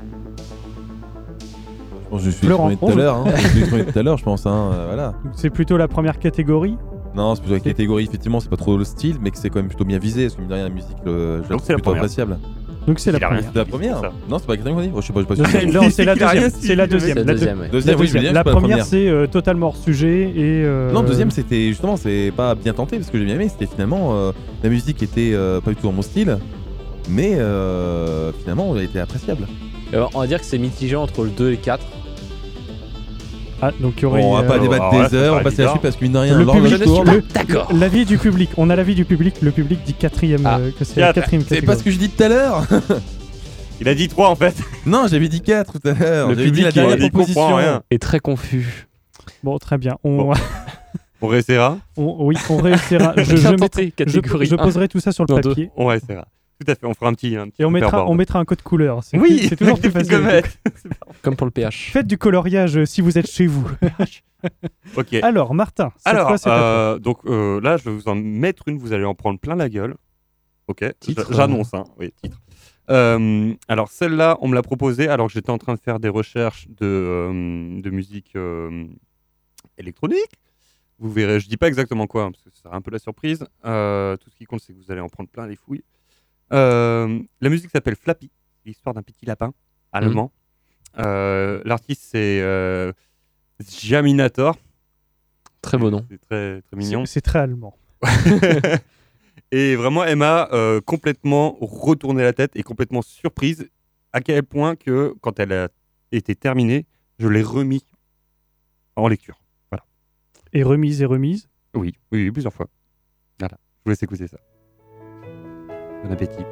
[SPEAKER 4] Bon, je suis
[SPEAKER 3] Florent,
[SPEAKER 4] exprimé tout à l'heure. Hein. Je suis exprimé tout à l'heure, je pense. Hein. euh, voilà.
[SPEAKER 3] C'est plutôt la première catégorie.
[SPEAKER 4] Non, c'est plutôt la
[SPEAKER 3] C'est-
[SPEAKER 4] catégorie. Effectivement, c'est pas trop le style, mais que c'est quand même plutôt bien visé. Parce que mine de rien, la musique, le, je la
[SPEAKER 5] Donc,
[SPEAKER 4] trouve
[SPEAKER 5] c'est la
[SPEAKER 4] plutôt
[SPEAKER 5] première.
[SPEAKER 4] appréciable.
[SPEAKER 3] Donc, c'est la
[SPEAKER 5] Il a rien
[SPEAKER 3] première.
[SPEAKER 4] C'est la première.
[SPEAKER 5] Ça.
[SPEAKER 4] Non, c'est pas la catégorie. Oh, je sais pas, je sais
[SPEAKER 3] Non,
[SPEAKER 4] pas.
[SPEAKER 3] c'est- non, c'est la
[SPEAKER 5] Il a rien
[SPEAKER 3] deuxième.
[SPEAKER 5] suivi,
[SPEAKER 3] C'est la
[SPEAKER 5] le mec.
[SPEAKER 3] deuxième.
[SPEAKER 6] C'est
[SPEAKER 3] La
[SPEAKER 6] la
[SPEAKER 3] deux-
[SPEAKER 6] deuxième, ouais.
[SPEAKER 4] Deuxième,
[SPEAKER 3] La,
[SPEAKER 4] oui, je veux
[SPEAKER 3] deuxième.
[SPEAKER 4] dire,
[SPEAKER 3] La
[SPEAKER 4] c'est pas
[SPEAKER 3] première,
[SPEAKER 4] première.
[SPEAKER 3] c'est euh, totalement hors sujet et. euh,
[SPEAKER 4] Non, deuxième, c'était justement, c'est pas bien tenté parce que j'ai bien aimé. C'était finalement euh, la musique était euh, pas du tout dans mon style, mais euh, finalement, elle était appréciable.
[SPEAKER 6] Euh, on va dire que c'est mitigé entre le deux et le quatre.
[SPEAKER 3] Ah, donc il y aurait.
[SPEAKER 4] Bon, on va
[SPEAKER 3] euh,
[SPEAKER 4] pas
[SPEAKER 5] alors,
[SPEAKER 4] débattre
[SPEAKER 5] alors là,
[SPEAKER 4] des
[SPEAKER 5] ça
[SPEAKER 4] heures, on
[SPEAKER 5] paraît
[SPEAKER 4] va passer à la
[SPEAKER 5] bizarre.
[SPEAKER 4] suite parce que mine de rien,
[SPEAKER 3] Le
[SPEAKER 4] l'horloge
[SPEAKER 3] public-
[SPEAKER 4] tourne.
[SPEAKER 3] le-
[SPEAKER 6] D'accord.
[SPEAKER 3] L'avis du public. On a l'avis du public. Le public dit quatrième.
[SPEAKER 6] Ah.
[SPEAKER 3] euh, que c'est la
[SPEAKER 5] Quatre.
[SPEAKER 3] quatrième
[SPEAKER 4] C'est
[SPEAKER 3] catégorie.
[SPEAKER 4] pas ce que je dis tout à l'heure.
[SPEAKER 5] Il a dit trois en fait.
[SPEAKER 4] Non, j'avais dit quatre tout à l'heure.
[SPEAKER 5] Le
[SPEAKER 4] J'avais dit
[SPEAKER 5] public,
[SPEAKER 4] la
[SPEAKER 5] il-
[SPEAKER 4] dernière
[SPEAKER 5] il comprend
[SPEAKER 4] proposition.
[SPEAKER 5] rien.
[SPEAKER 6] Est très confus.
[SPEAKER 3] Bon, très bien. On,
[SPEAKER 5] Bon. On réessayera.
[SPEAKER 3] on- oui, on réussira. Je, je,
[SPEAKER 6] Bien
[SPEAKER 3] mettrai-
[SPEAKER 6] tenté,
[SPEAKER 3] je,
[SPEAKER 6] catégorie
[SPEAKER 3] je
[SPEAKER 6] un.
[SPEAKER 3] poserai tout ça sur le
[SPEAKER 6] Non, deux.
[SPEAKER 3] papier.
[SPEAKER 5] On réessayera. Tout à fait. On fera un petit. Un petit
[SPEAKER 3] Et on mettra,
[SPEAKER 5] superboard.
[SPEAKER 3] on mettra un code couleur. C'est
[SPEAKER 5] Oui,
[SPEAKER 3] c'est toujours
[SPEAKER 5] avec des
[SPEAKER 3] plus
[SPEAKER 5] petites
[SPEAKER 3] facile.
[SPEAKER 5] gommettes.
[SPEAKER 6] Comme pour le P H.
[SPEAKER 3] Faites du coloriage euh, si vous êtes chez vous.
[SPEAKER 5] Ok.
[SPEAKER 3] Alors, Martin, cette
[SPEAKER 5] Alors,
[SPEAKER 3] fois, c'est à toi.
[SPEAKER 5] euh, donc euh, là, je vais vous en mettre une, vous allez en prendre plein la gueule. Ok,
[SPEAKER 6] Titre,
[SPEAKER 5] J- j'annonce, hein. Oui, titre. Euh, alors, celle-là, on me l'a proposée alors que j'étais en train de faire des recherches de, euh, de musique euh, électronique. Vous verrez, je dis pas exactement quoi, hein, parce que ça sera un peu la surprise. Euh, tout ce qui compte, c'est que vous allez en prendre plein les fouilles. Euh, la musique s'appelle Flappy, l'histoire d'un petit lapin allemand. Euh, L'artiste, c'est euh, Jaminator.
[SPEAKER 6] Très beau nom.
[SPEAKER 5] C'est très, très mignon.
[SPEAKER 3] C'est c'est très allemand.
[SPEAKER 5] Et vraiment, elle m'a euh, complètement retourné la tête et complètement surprise à quel point que quand elle a été terminée, je l'ai remis en lecture. Voilà.
[SPEAKER 3] Et remise et remise.
[SPEAKER 5] Oui, oui, oui, plusieurs fois. Voilà, je vous laisse écouter ça. Bon appétit.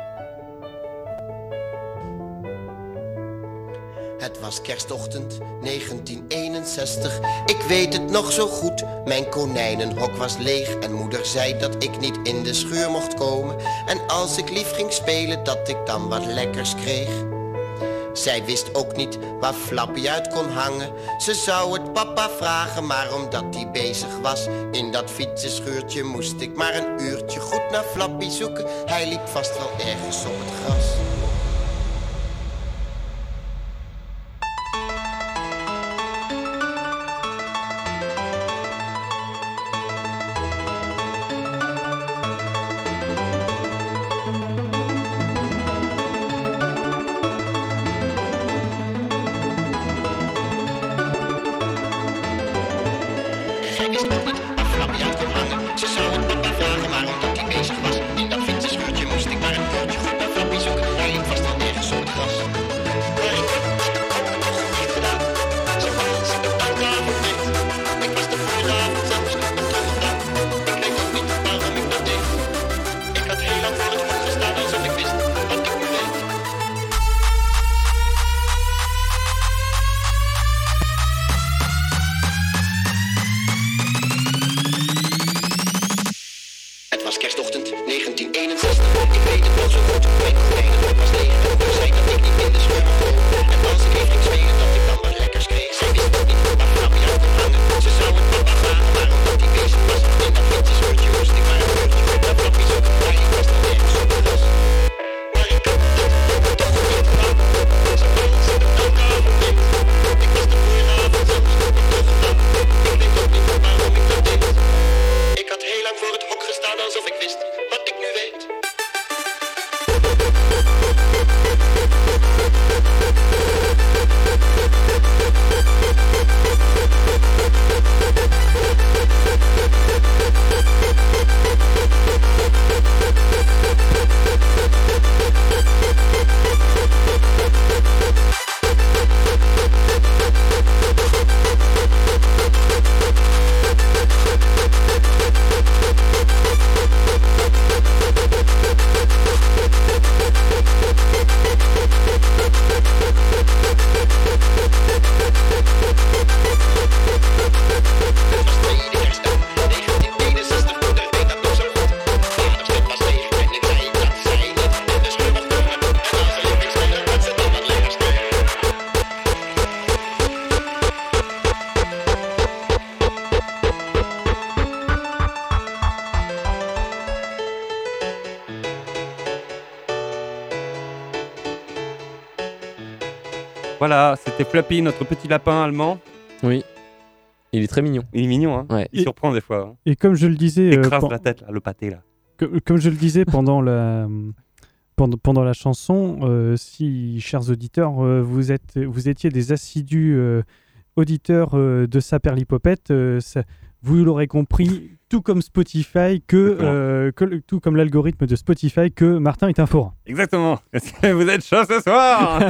[SPEAKER 9] Het was kerstochtend negentien eenenzestig. Ik weet het nog zo goed. Mijn konijnenhok was leeg en moeder zei dat ik niet in de schuur mocht komen. En als ik lief ging spelen dat ik dan wat lekkers kreeg. Zij wist ook niet waar Flappy uit kon hangen. Ze zou het papa vragen, maar omdat hij bezig was in dat fietsenschuurtje moest ik maar een uurtje goed naar Flappy zoeken. Hij liep vast wel ergens op het gras. Gij wist ook niet waar Flappy uit kon hangen. Ze zou het papa vragen, maar omdat hij bezig was in dat fietsenschuurtje moest ik maar een uurtje goed naar Flappy zoeken. Hij liep vast al nergens op het gras. Maar ik heb het toch niet gedaan, zoals ik het elke avond deed. Ik was de vorige avond zelfs nog met droom gedaan. Ik weet ook niet waarom ik dat deed. Ik had heel lang voor het hok gestaan alsof ik wist wat ik nu weet. Het was kerstochtend negentien eenenzestig. Ik weet het nog zo goed. Mijn konijnenhok was leeg en moeder zei dat ik niet in de scheur mocht komen. En als ik even ging spelen dat ik dan wat lekkers kreeg. Zij wist ook niet waar Flappy uit kon hangen. Ze zou het papa vragen, maar omdat hij bezig was in dat fietsenschuurtje moest ik maar een uurtje goed naar Flappy zoeken. Hij liep vast al nergens op het gras. Maar ik had het toch niet gedaan, zoals ik het elke avond deed. Ik was de vorige avond zelfs nog met droom gedaan. Ik weet ook niet waarom ik dat deed. Ik had heel lang voor het hok gestaan alsof ik wist wat ik nu weet. Het was tweede kerstdag, negentien eenenzestig, moeder weet dat nog zo goed. Vader stuk was leeg en ik zei dat zij niet in de scheur mocht komen. En als liep ik spelen dat ze dan wat lekkers kreeg.
[SPEAKER 5] Voilà, c'était Flappy, notre petit lapin allemand.
[SPEAKER 6] Oui. Il est très mignon.
[SPEAKER 5] Il est mignon, hein.
[SPEAKER 6] Ouais.
[SPEAKER 5] Il
[SPEAKER 3] Et-
[SPEAKER 5] surprend des fois. Hein.
[SPEAKER 3] Et comme je le disais,
[SPEAKER 5] Il
[SPEAKER 3] euh,
[SPEAKER 5] écrase
[SPEAKER 3] pen-
[SPEAKER 5] la tête, là, le pâté, là.
[SPEAKER 3] que- comme je le disais pendant la pendant, pendant la chanson, euh, si chers auditeurs, euh, vous êtes vous étiez des assidus euh, auditeurs euh, de Saperlipopette, euh, ça- vous l'aurez compris, tout comme Spotify, que,
[SPEAKER 5] Exactement.
[SPEAKER 3] euh, que le- tout comme l'algorithme de Spotify, que Martin est un forain.
[SPEAKER 5] Exactement. Est-ce que vous êtes chaud ce soir?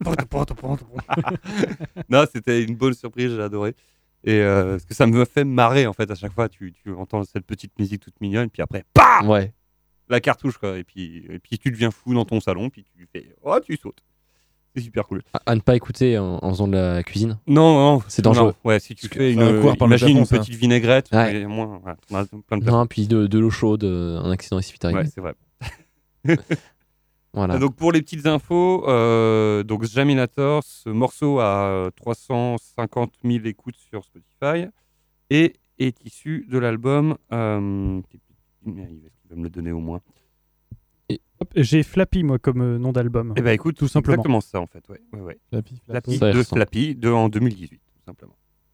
[SPEAKER 5] Non, c'était une bonne surprise, j'ai adoré. Et euh, parce que ça me fait marrer en fait à chaque fois. Tu, tu entends cette petite musique toute mignonne, puis après, bam,
[SPEAKER 6] Ouais.
[SPEAKER 5] la cartouche quoi. Et puis, et puis tu deviens fou dans ton salon, puis tu fais, oh, tu sautes. C'est super cool.
[SPEAKER 6] À, à ne pas écouter en, en faisant de la cuisine.
[SPEAKER 5] Non, non,
[SPEAKER 6] C'est dangereux.
[SPEAKER 5] non. Ouais, si tu
[SPEAKER 4] Parce
[SPEAKER 5] fais
[SPEAKER 4] que
[SPEAKER 5] une,
[SPEAKER 4] ça va courir par le
[SPEAKER 5] imagine
[SPEAKER 4] Japon,
[SPEAKER 5] une
[SPEAKER 4] ça.
[SPEAKER 5] petite vinaigrette,
[SPEAKER 6] Ouais.
[SPEAKER 5] et moins, voilà, t'en as plein de
[SPEAKER 6] Non, puis de, de l'eau chaude, euh, un accident ici vite arrivé.
[SPEAKER 5] Ouais, c'est vrai.
[SPEAKER 6] Voilà.
[SPEAKER 5] Donc pour les petites infos, euh, donc Jaminator, ce morceau a trois cent cinquante mille écoutes sur Spotify et est issu de l'album. Euh, il va me le donner au moins.
[SPEAKER 3] Hop, j'ai Flappy, moi, comme euh, nom d'album.
[SPEAKER 5] Eh ben écoute,
[SPEAKER 3] Tout
[SPEAKER 5] c'est
[SPEAKER 3] simplement.
[SPEAKER 5] exactement ça en fait. Ouais, ouais, ouais.
[SPEAKER 4] Flappy,
[SPEAKER 5] Flappy
[SPEAKER 6] Ça
[SPEAKER 5] de
[SPEAKER 6] ressemble.
[SPEAKER 5] Flappy de en deux mille dix-huit, tout simplement.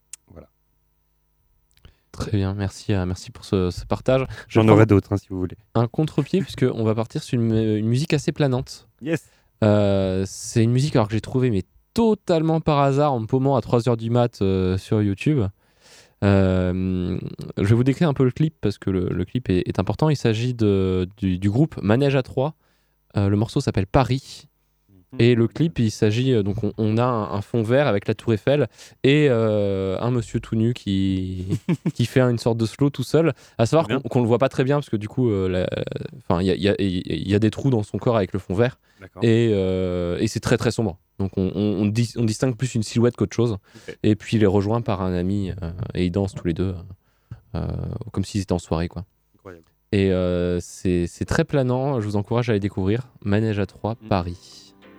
[SPEAKER 6] Très bien, merci, euh, merci pour ce, ce partage. Je
[SPEAKER 5] J'en
[SPEAKER 6] vais
[SPEAKER 5] aurai d'autres hein, si vous voulez.
[SPEAKER 6] prendre un contre-pied puisqu'on va partir sur une, une musique assez planante.
[SPEAKER 5] Yes.
[SPEAKER 6] Euh, c'est une musique alors que j'ai trouvée mais totalement par hasard en me paumant à trois heures du mat euh, sur YouTube. Euh, je vais vous décrire un peu le clip parce que le, le clip est, est important. Il s'agit de, du, du groupe Manège à trois. Euh, le morceau s'appelle Paris. Et le clip, il s'agit euh, donc on, on a un, un fond vert avec la Tour Eiffel et euh, un monsieur tout nu qui qui fait une sorte de slow tout seul. À savoir
[SPEAKER 5] Bien.
[SPEAKER 6] qu'on qu'on le voit pas très bien parce que du coup, euh, la- enfin il y a, il y a- il y a des trous dans son corps avec le fond vert
[SPEAKER 5] D'accord.
[SPEAKER 6] et, euh, et c'est très très sombre. Donc on, on, on dis- on distingue plus une silhouette qu'autre chose.
[SPEAKER 5] Ok.
[SPEAKER 6] Et puis il est rejoint par un ami euh, et ils dansent tous les deux euh, euh, comme s'ils étaient en soirée quoi.
[SPEAKER 5] Incroyable.
[SPEAKER 6] Et euh, c'est c'est très planant. Je vous encourage à aller découvrir Manège à trois
[SPEAKER 5] Mm.
[SPEAKER 6] Paris.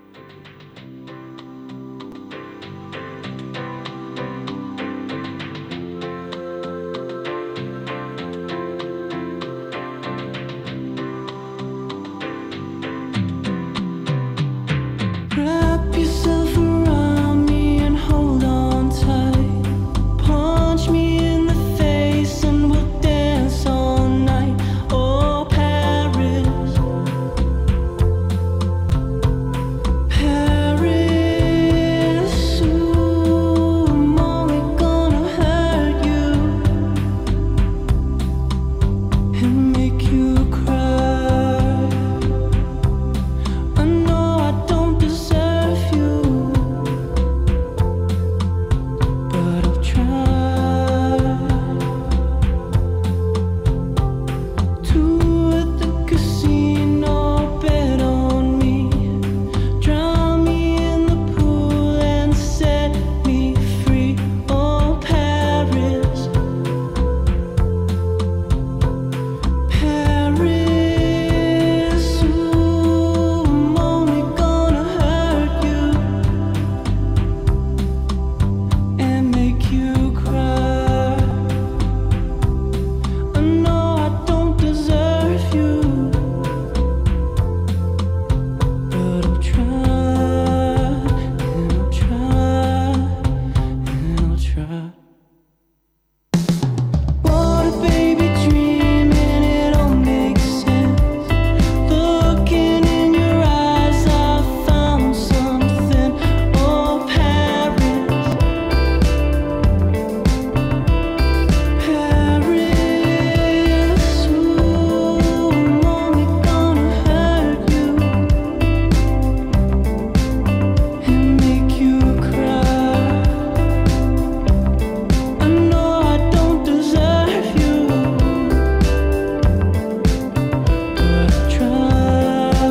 [SPEAKER 10] Wrap yourself around me and hold on tight. Punch me in the face and we'll dance all night. Oh, Paris. baby, dreaming it all makes sense. Looking in your eyes, I found something. Oh, Paris, Paris, ooh, I'm only gonna hurt you and make you cry. I know I don't deserve you, but I try.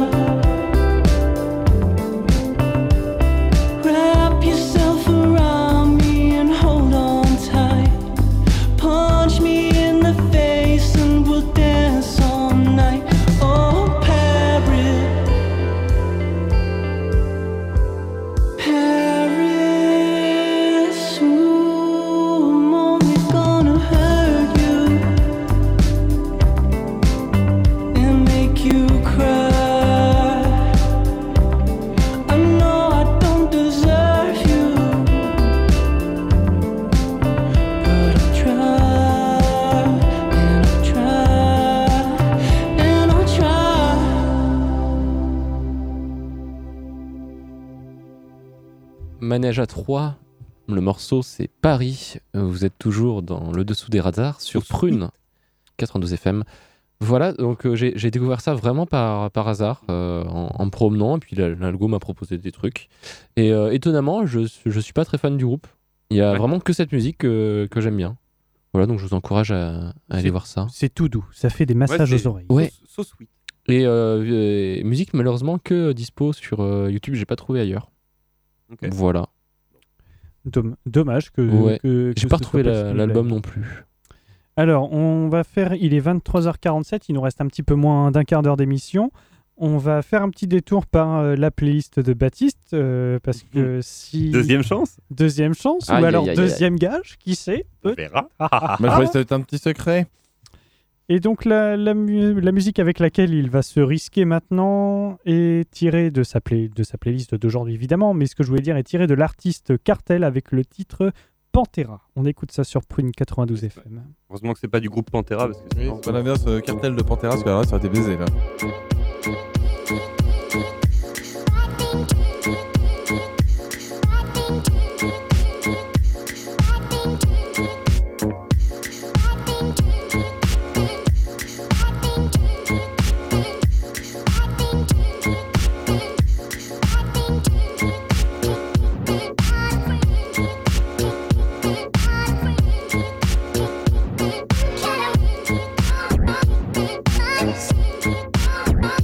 [SPEAKER 10] Wrap yourself around me and hold on tight. Punch me in the face and we'll dance all night. Oh, Paris, Paris, ooh, I'm only gonna hurt you and make you cry. I know I don't deserve you, but I try, and I try, and I try.
[SPEAKER 6] Manège à trois, le morceau c'est Paris. Vous êtes toujours dans le dessous des radars sur Prune quatre-vingt-douze F M. Voilà, donc euh, j'ai j'ai découvert ça vraiment par, par hasard euh, en, en me promenant, et puis la- l'algo m'a proposé des trucs. Et euh, étonnamment, je, je suis pas très fan du groupe. Il y a
[SPEAKER 5] Ouais.
[SPEAKER 6] vraiment que cette musique que, que j'aime bien. Voilà, donc je vous encourage à, à aller
[SPEAKER 3] C'est-
[SPEAKER 6] voir ça.
[SPEAKER 3] C'est tout doux, ça fait des massages
[SPEAKER 5] Ouais, c'est-
[SPEAKER 3] aux oreilles.
[SPEAKER 6] Ouais.
[SPEAKER 5] So, so sweet.
[SPEAKER 6] Et euh, euh, musique malheureusement que dispo sur euh, YouTube, j'ai pas trouvé ailleurs.
[SPEAKER 5] Ok.
[SPEAKER 6] Voilà.
[SPEAKER 3] Domm- Dommage que.
[SPEAKER 6] Ouais.
[SPEAKER 3] que- que
[SPEAKER 6] J'ai pas
[SPEAKER 3] ce
[SPEAKER 6] retrouvé
[SPEAKER 3] soit
[SPEAKER 6] la-
[SPEAKER 3] disponible.
[SPEAKER 6] l'album non plus.
[SPEAKER 3] Alors, on va faire. Il est vingt-trois heures quarante-sept, il nous reste un petit peu moins d'un quart d'heure d'émission. On va faire un petit détour par euh, la playlist de Baptiste, euh, parce que si.
[SPEAKER 5] Deuxième chance.
[SPEAKER 3] Deuxième chance,
[SPEAKER 6] Aïe,
[SPEAKER 3] ou alors
[SPEAKER 6] aïe, aïe,
[SPEAKER 3] deuxième gage, qui sait
[SPEAKER 5] On
[SPEAKER 3] peut-
[SPEAKER 5] verra.
[SPEAKER 4] Bah, je voulais ça va être un petit secret.
[SPEAKER 3] Et donc, la, la, mu- la musique avec laquelle il va se risquer maintenant est tirée de sa, play- de sa playlist d'aujourd'hui, évidemment, mais ce que je voulais dire est tirée de l'artiste Cartel avec le titre Pantera. On écoute ça sur Prune quatre-vingt-douze F M.
[SPEAKER 5] Heureusement que c'est pas du groupe Pantera parce que
[SPEAKER 4] Oui,
[SPEAKER 5] sinon-
[SPEAKER 4] c'est pas l'inverse, euh, cartel de Pantera, parce que alors là, ça aurait été baisé là.
[SPEAKER 10] Paris,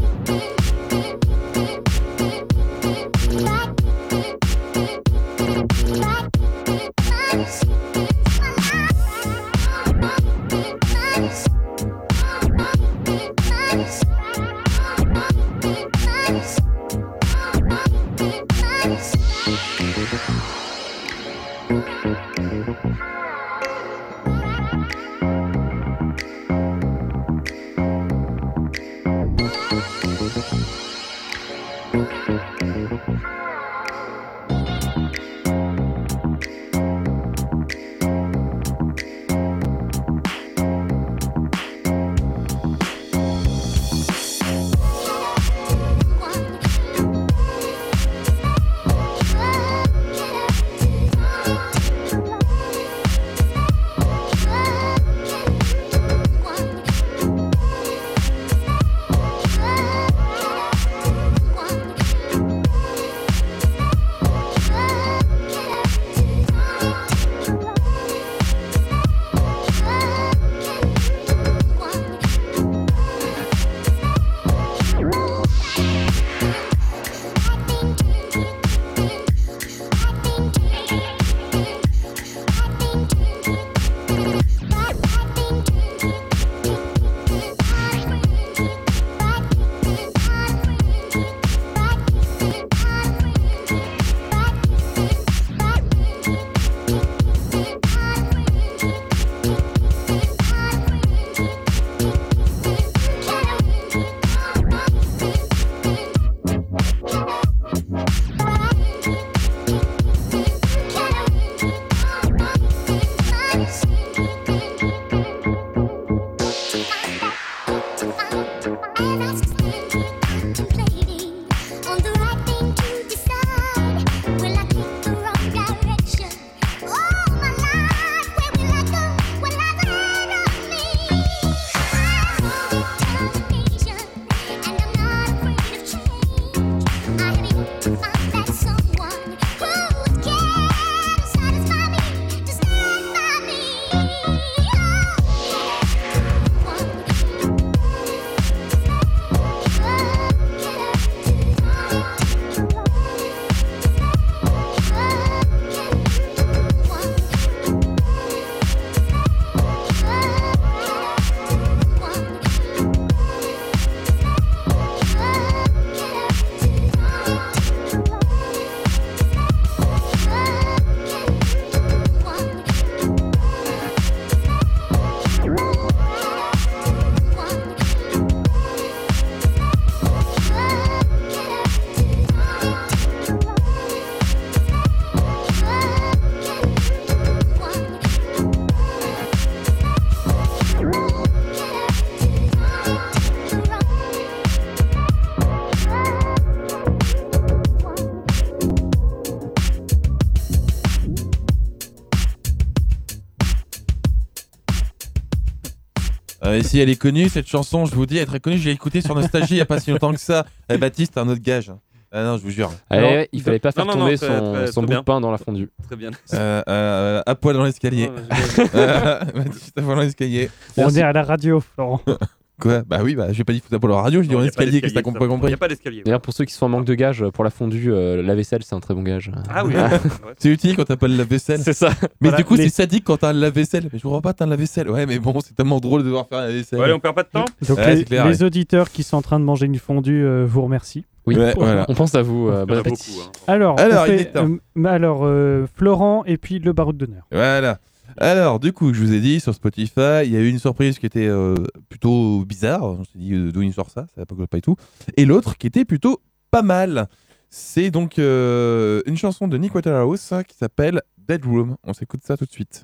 [SPEAKER 4] Euh, et si elle est connue, cette chanson, je vous dis, elle est très connue. Je l'ai écoutée sur Nostalgie il n'y a pas si longtemps que ça. Eh, Baptiste, un autre gage. Ah non, je vous jure.
[SPEAKER 6] Allez,
[SPEAKER 3] Alors,
[SPEAKER 6] ouais, il fallait pas faire
[SPEAKER 5] non, non,
[SPEAKER 6] tomber
[SPEAKER 5] non, très,
[SPEAKER 6] son,
[SPEAKER 5] très,
[SPEAKER 6] son
[SPEAKER 5] très
[SPEAKER 6] bout
[SPEAKER 5] bien.
[SPEAKER 6] de pain dans la fondue.
[SPEAKER 5] Très bien.
[SPEAKER 4] Euh, euh, à poil dans l'escalier. Euh, Baptiste, à poil dans l'escalier.
[SPEAKER 3] On
[SPEAKER 6] Merci.
[SPEAKER 3] est à la radio, Florent.
[SPEAKER 4] Quoi? Bah oui, bah j'ai pas dit foutre à poil à la radio, j'ai dit en escalier, qu'est-ce que t'as
[SPEAKER 5] Il
[SPEAKER 4] compris?
[SPEAKER 5] n'y a pas d'escalier.
[SPEAKER 6] D'ailleurs, pour ceux qui sont en manque de gage, pour la fondue, euh, la vaisselle, c'est un très bon gage.
[SPEAKER 5] Ah oui.
[SPEAKER 4] C'est utile quand t'as pas le lave-vaisselle.
[SPEAKER 6] C'est ça.
[SPEAKER 4] Mais
[SPEAKER 3] Voilà,
[SPEAKER 4] du coup,
[SPEAKER 3] les-
[SPEAKER 4] c'est sadique quand t'as un lave-vaisselle. Mais je comprends pas, t'as un lave-vaisselle. Ouais, mais bon, c'est tellement drôle de devoir faire un lave-vaisselle.
[SPEAKER 5] Bon, allez, on perd pas de temps.
[SPEAKER 3] Donc
[SPEAKER 4] Ouais,
[SPEAKER 3] les,
[SPEAKER 4] c'est clair,
[SPEAKER 3] les auditeurs qui sont en train de manger une fondue euh, vous remercient.
[SPEAKER 6] Oui,
[SPEAKER 4] Ouais, voilà.
[SPEAKER 6] on pense à vous. euh,
[SPEAKER 5] Il y
[SPEAKER 6] bon
[SPEAKER 5] en a
[SPEAKER 6] appétit.
[SPEAKER 5] beaucoup. hein.
[SPEAKER 3] Alors,
[SPEAKER 4] Alors,
[SPEAKER 3] on
[SPEAKER 4] il
[SPEAKER 3] fait,
[SPEAKER 4] est temps.
[SPEAKER 3] euh, alors euh, Florent et puis le baroud d'honneur.
[SPEAKER 4] Voilà. Alors, du coup, je vous ai dit, sur Spotify, il y a eu une surprise qui était euh, plutôt bizarre. On s'est dit, euh, d'où il sort ça, ça va pas pas et tout. Et l'autre qui était plutôt pas mal. C'est donc euh, une chanson de Nick Waterhouse hein, qui s'appelle Dead Room. On s'écoute ça tout de suite.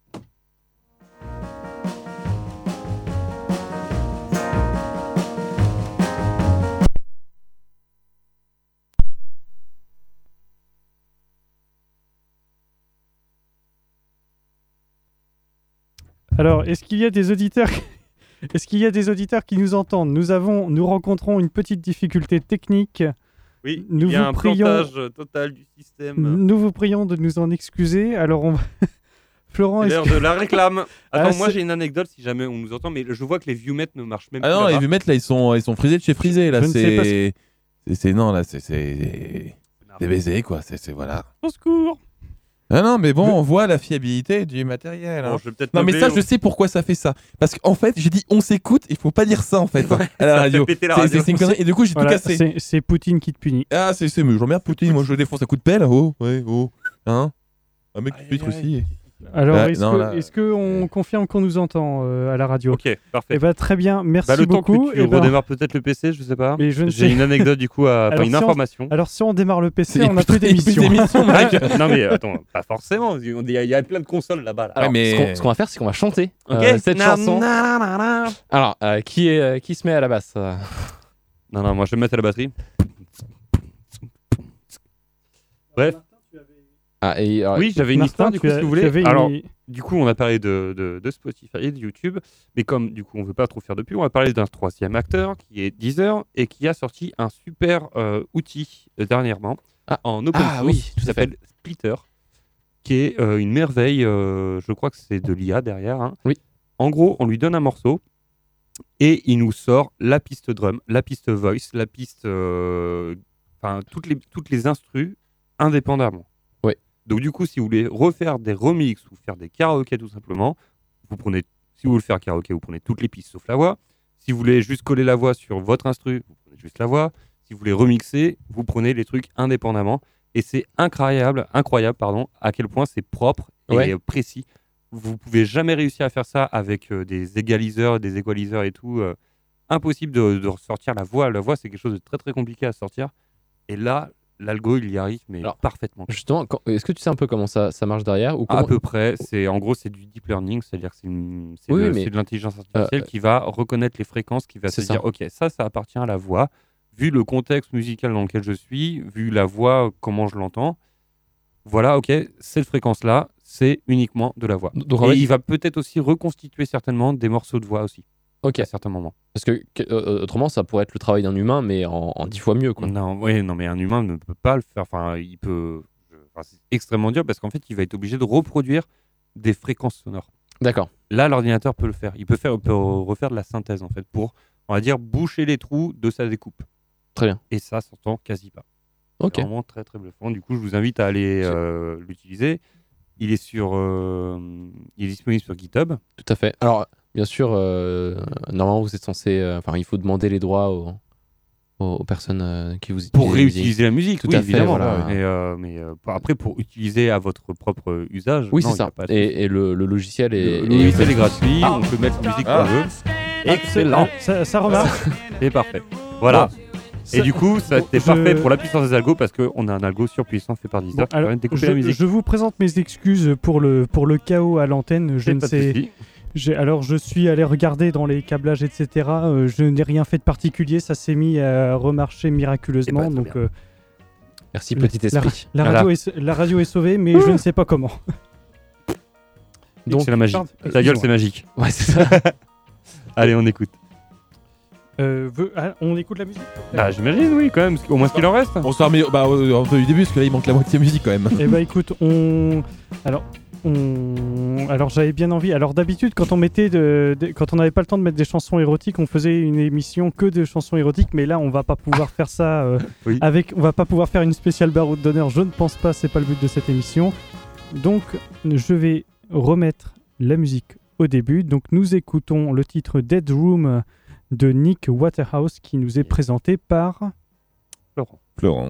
[SPEAKER 3] Alors, est-ce qu'il y a des auditeurs Est-ce qu'il y a des auditeurs qui nous entendent? Nous avons, nous rencontrons une petite difficulté technique.
[SPEAKER 5] Oui,
[SPEAKER 3] Nous
[SPEAKER 5] il y a
[SPEAKER 3] vous
[SPEAKER 5] un
[SPEAKER 3] prions-
[SPEAKER 5] plantage total du système.
[SPEAKER 3] Nous vous prions de nous en excuser. Alors, on va... Florent,
[SPEAKER 5] C'est
[SPEAKER 3] est-ce
[SPEAKER 5] l'heure
[SPEAKER 3] que...
[SPEAKER 5] de la réclame. Attends,
[SPEAKER 3] Ah,
[SPEAKER 5] moi
[SPEAKER 3] c'est-
[SPEAKER 5] j'ai une anecdote si jamais on nous entend, mais je vois que les viewmets ne marchent même
[SPEAKER 4] Ah
[SPEAKER 5] plus.
[SPEAKER 4] non, les
[SPEAKER 5] là-bas.
[SPEAKER 4] vumettes là, ils sont, ils sont frisés de chez frisé. Là,
[SPEAKER 3] Je ne sais pas
[SPEAKER 4] c'est. C'est c'est- non, là, c'est. C'est c'est baisé, quoi. C'est c'est- voilà.
[SPEAKER 3] Au secours.
[SPEAKER 4] Ah non, mais bon, on voit la fiabilité du matériel. hein.
[SPEAKER 5] Bon, je vais peut-être
[SPEAKER 4] Non, mais
[SPEAKER 5] meubler,
[SPEAKER 4] ça,
[SPEAKER 5] on-
[SPEAKER 4] je sais pourquoi ça fait ça. Parce qu'en fait, j'ai dit on s'écoute, il faut pas dire ça en fait, hein, à la
[SPEAKER 5] ça fait
[SPEAKER 4] radio.
[SPEAKER 5] péter la
[SPEAKER 4] C'est-
[SPEAKER 5] radio.
[SPEAKER 4] C'est c'est une connerie. Et du coup, j'ai
[SPEAKER 3] Voilà,
[SPEAKER 4] tout cassé.
[SPEAKER 3] c'est c'est Poutine qui te punit.
[SPEAKER 4] Ah, c'est c'est mieux. J'emmerde Poutine, moi je le défonce à coup de pelle. Oh, ouais, oh. Hein? Un mec qui
[SPEAKER 5] Aïe,
[SPEAKER 4] pitre
[SPEAKER 5] aïe,
[SPEAKER 4] aussi.
[SPEAKER 3] Alors,
[SPEAKER 4] Bah,
[SPEAKER 3] est-ce
[SPEAKER 4] non,
[SPEAKER 3] que,
[SPEAKER 4] là-
[SPEAKER 3] est-ce que on confirme qu'on nous entend euh, à la radio?
[SPEAKER 5] Ok, parfait.
[SPEAKER 3] Eh ben, très bien, merci
[SPEAKER 5] Bah, le temps
[SPEAKER 3] beaucoup.
[SPEAKER 5] que tu
[SPEAKER 3] Eh ben,
[SPEAKER 5] redémarres peut-être le P C, je sais pas.
[SPEAKER 3] Mais je ne
[SPEAKER 5] J'ai
[SPEAKER 3] sais-
[SPEAKER 5] une anecdote du coup, à... enfin
[SPEAKER 3] Alors,
[SPEAKER 5] une
[SPEAKER 3] si on-
[SPEAKER 5] information.
[SPEAKER 3] Alors, si on démarre le P C,
[SPEAKER 4] C'est-
[SPEAKER 3] on a plus
[SPEAKER 4] il y a plus
[SPEAKER 3] d'émissions.
[SPEAKER 4] d'émissions, mec.
[SPEAKER 5] Ouais. Non mais attends, pas forcément. Il y a, il y a plein de consoles là-bas. Là.
[SPEAKER 6] Alors,
[SPEAKER 4] mais-
[SPEAKER 6] ce qu'on- ce qu'on va faire, c'est qu'on va chanter
[SPEAKER 5] Ok.
[SPEAKER 6] euh, cette
[SPEAKER 5] Na,
[SPEAKER 6] chanson.
[SPEAKER 5] na, na, na.
[SPEAKER 6] Alors, euh, qui, est, euh, qui se met à la basse euh
[SPEAKER 5] Non, non, moi je vais me mettre à la batterie. Bref,
[SPEAKER 6] Ah, et, alors,
[SPEAKER 5] oui, j'avais une
[SPEAKER 3] Martin,
[SPEAKER 5] histoire du
[SPEAKER 3] tu
[SPEAKER 5] coup,
[SPEAKER 3] as-
[SPEAKER 5] si vous
[SPEAKER 3] tu
[SPEAKER 5] voulez.
[SPEAKER 3] avais une-
[SPEAKER 5] Alors, du coup, on a parlé de, de, de Spotify et de YouTube, mais comme du coup, on veut pas trop faire de pub, on va parler d'un troisième acteur qui est Deezer et qui a sorti un super euh, outil euh, dernièrement
[SPEAKER 6] Ah.
[SPEAKER 5] en open
[SPEAKER 6] Ah
[SPEAKER 5] source
[SPEAKER 6] oui,
[SPEAKER 5] qui
[SPEAKER 6] tout à fait.
[SPEAKER 5] s'appelle Splitter, qui est euh, une merveille. euh, je crois que c'est de l'I A derrière. hein.
[SPEAKER 6] Oui.
[SPEAKER 5] En gros, on lui donne un morceau et il nous sort la piste drum, la piste voice, la piste, euh, enfin toutes les toutes les instrus indépendamment.
[SPEAKER 6] Ouais.
[SPEAKER 5] Donc du coup, si vous voulez refaire des remixes ou faire des karaokés tout simplement, vous prenez, si vous voulez faire karaoké, vous prenez toutes les pistes sauf la voix. Si vous voulez juste coller la voix sur votre instru, vous prenez juste la voix. Si vous voulez remixer, vous prenez les trucs indépendamment. Et c'est incroyable, incroyable pardon, à quel point c'est propre et
[SPEAKER 6] Ouais.
[SPEAKER 5] euh, précis. Vous pouvez jamais réussir à faire ça avec euh, des égaliseurs, des équaliseurs et tout. euh, impossible de, de ressortir la voix. La voix, c'est quelque chose de très très compliqué à sortir. Et là, l'algo, il y arrive, mais
[SPEAKER 6] Alors,
[SPEAKER 5] parfaitement.
[SPEAKER 6] Justement, quand- est-ce que tu sais un peu comment ça, ça marche derrière ou
[SPEAKER 5] À
[SPEAKER 6] comment...
[SPEAKER 5] peu près, c'est en gros c'est du deep learning, c'est-à-dire que c'est une- c'est
[SPEAKER 6] Oui,
[SPEAKER 5] de,
[SPEAKER 6] mais-
[SPEAKER 5] c'est de l'intelligence artificielle
[SPEAKER 6] Euh,
[SPEAKER 5] qui va reconnaître les fréquences, qui va se
[SPEAKER 6] c'est ça.
[SPEAKER 5] dire ok, ça, ça appartient à la voix. Vu le contexte musical dans lequel je suis, vu la voix, comment je l'entends, voilà, ok, cette fréquence-là, c'est uniquement de la voix.
[SPEAKER 6] Donc, en
[SPEAKER 5] Et
[SPEAKER 6] fait,
[SPEAKER 5] il va peut-être aussi reconstituer certainement des morceaux de voix aussi,
[SPEAKER 6] Ok,
[SPEAKER 5] à certains moments.
[SPEAKER 6] parce que que- euh, autrement, ça pourrait être le travail d'un humain, mais en, en dix fois mieux. Quoi.
[SPEAKER 5] Non, ouais, non, mais un humain ne peut pas le faire. Enfin, il peut. je- enfin, c'est extrêmement dur parce qu'en fait, il va être obligé de reproduire des fréquences sonores.
[SPEAKER 6] D'accord.
[SPEAKER 5] Là, l'ordinateur peut le faire. Il peut, faire, peut refaire de la synthèse, en fait, pour, on va dire, boucher les trous de sa découpe.
[SPEAKER 6] Très bien.
[SPEAKER 5] Et ça s'entend quasi pas.
[SPEAKER 6] Ok.
[SPEAKER 5] C'est vraiment très, très bluffant. Du coup, je vous invite à aller euh, l'utiliser. Il est sur, euh, il est disponible sur GitHub.
[SPEAKER 6] Tout à fait. Alors, bien sûr, euh, normalement, vous êtes censé. euh, Enfin, il faut demander les droits aux, aux, aux personnes euh, qui vous
[SPEAKER 5] Pour
[SPEAKER 6] utilisent.
[SPEAKER 5] réutiliser la musique,
[SPEAKER 6] Tout
[SPEAKER 5] oui,
[SPEAKER 6] à fait,
[SPEAKER 5] évidemment.
[SPEAKER 6] voilà.
[SPEAKER 5] Mais, euh, mais euh, pour- après, pour utiliser à votre propre usage,
[SPEAKER 6] Oui,
[SPEAKER 5] non,
[SPEAKER 6] c'est
[SPEAKER 5] il y a
[SPEAKER 6] ça.
[SPEAKER 5] pas de
[SPEAKER 6] Et, et le, le logiciel est.
[SPEAKER 5] Le
[SPEAKER 6] est-
[SPEAKER 5] logiciel est gratuit,
[SPEAKER 6] Ah.
[SPEAKER 5] on peut mettre la musique
[SPEAKER 4] Ah.
[SPEAKER 5] qu'on veut. Excellent,
[SPEAKER 3] Ça, ça remarque.
[SPEAKER 5] c'est parfait. Voilà. Et
[SPEAKER 3] Ça-
[SPEAKER 5] du coup, ça c'était
[SPEAKER 3] je-
[SPEAKER 5] parfait pour la puissance des algos parce qu'on a un algo surpuissant fait par Deezer
[SPEAKER 3] Bon,
[SPEAKER 5] qui
[SPEAKER 3] alors,
[SPEAKER 5] permet de découper
[SPEAKER 3] je,
[SPEAKER 5] la musique.
[SPEAKER 3] je vous présente mes excuses pour le, pour le chaos à l'antenne. Je
[SPEAKER 5] C'est
[SPEAKER 3] ne
[SPEAKER 5] pas de
[SPEAKER 3] sais.
[SPEAKER 5] souci.
[SPEAKER 3] j'ai- Alors, je suis allé regarder dans les câblages, et cetera. euh, je n'ai rien fait de particulier. Ça s'est mis à remarcher miraculeusement.
[SPEAKER 5] Eh ben, très
[SPEAKER 3] Donc,
[SPEAKER 5] bien.
[SPEAKER 3] euh,
[SPEAKER 6] Merci, petit
[SPEAKER 3] la,
[SPEAKER 6] esprit.
[SPEAKER 3] la
[SPEAKER 5] Voilà.
[SPEAKER 3] radio est, la radio est sauvée, mais je ne sais pas comment.
[SPEAKER 6] Donc,
[SPEAKER 5] c'est la magie.
[SPEAKER 3] pardon,
[SPEAKER 5] Ta gueule,
[SPEAKER 3] excuse-moi.
[SPEAKER 5] c'est magique.
[SPEAKER 6] Ouais, c'est ça.
[SPEAKER 5] Allez, on écoute.
[SPEAKER 3] Euh, veut- ah, on écoute la musique.
[SPEAKER 5] Bah, j'imagine, oui, quand même. Au moins ce qu'il en reste.
[SPEAKER 4] Bonsoir, mais bah, euh, un peu du début, parce que là, il manque la moitié musique quand même.
[SPEAKER 3] Eh bah écoute, on. Alors. On... Alors j'avais bien envie. Alors d'habitude quand on mettait de... de- quand on n'avait pas le temps de mettre des chansons érotiques, on faisait une émission que de chansons érotiques. Mais là on va pas pouvoir faire ça. euh,
[SPEAKER 5] Oui.
[SPEAKER 3] Avec, on va pas pouvoir faire une spéciale baroud d'honneur. Je ne pense pas. C'est pas le but de cette émission. Donc je vais remettre la musique au début. Donc nous écoutons le titre Dead Room de Nick Waterhouse qui nous est présenté par
[SPEAKER 5] Laurent.
[SPEAKER 4] Florent.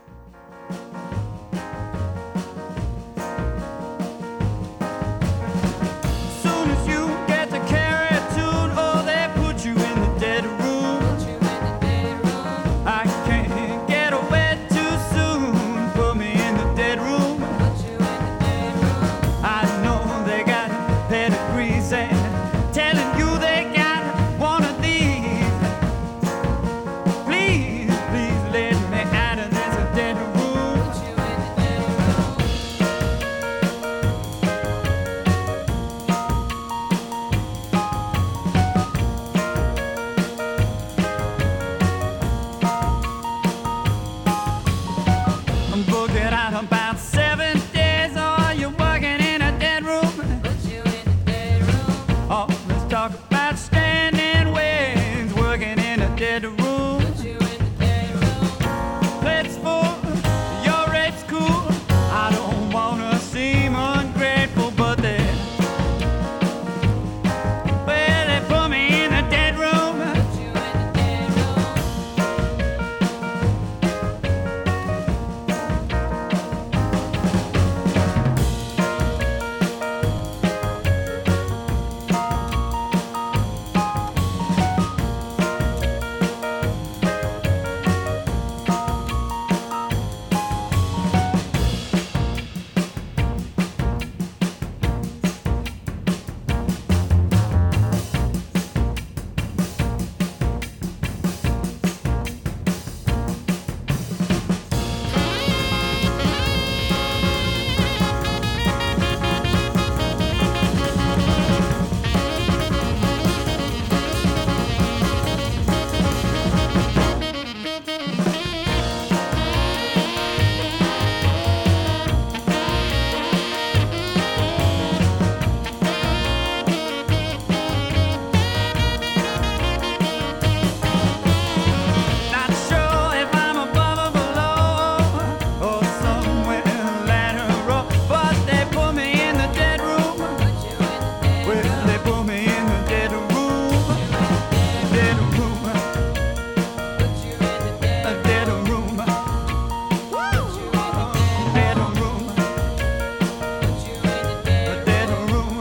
[SPEAKER 10] Soon as you get the carrot tune, oh, they put you in the dead room. I can't get away too soon. Put me in the dead room. I know they got pedigrees and telling you they got one of these. Please, please let me out of this dead room. I'm booking out about seven days. Oh, you're working in a dead room. Oh, let's talk about standing ways. Working in a dead room. Plates full, your rate's cool. I don't wanna seem ungrateful, but they, well, they put me in a dead room. Not sure if I'm above or below, or somewhere lateral, but they put me in the dead room. Well, they put me in the dead room. Dead room. A dead room. Dead room. A dead room.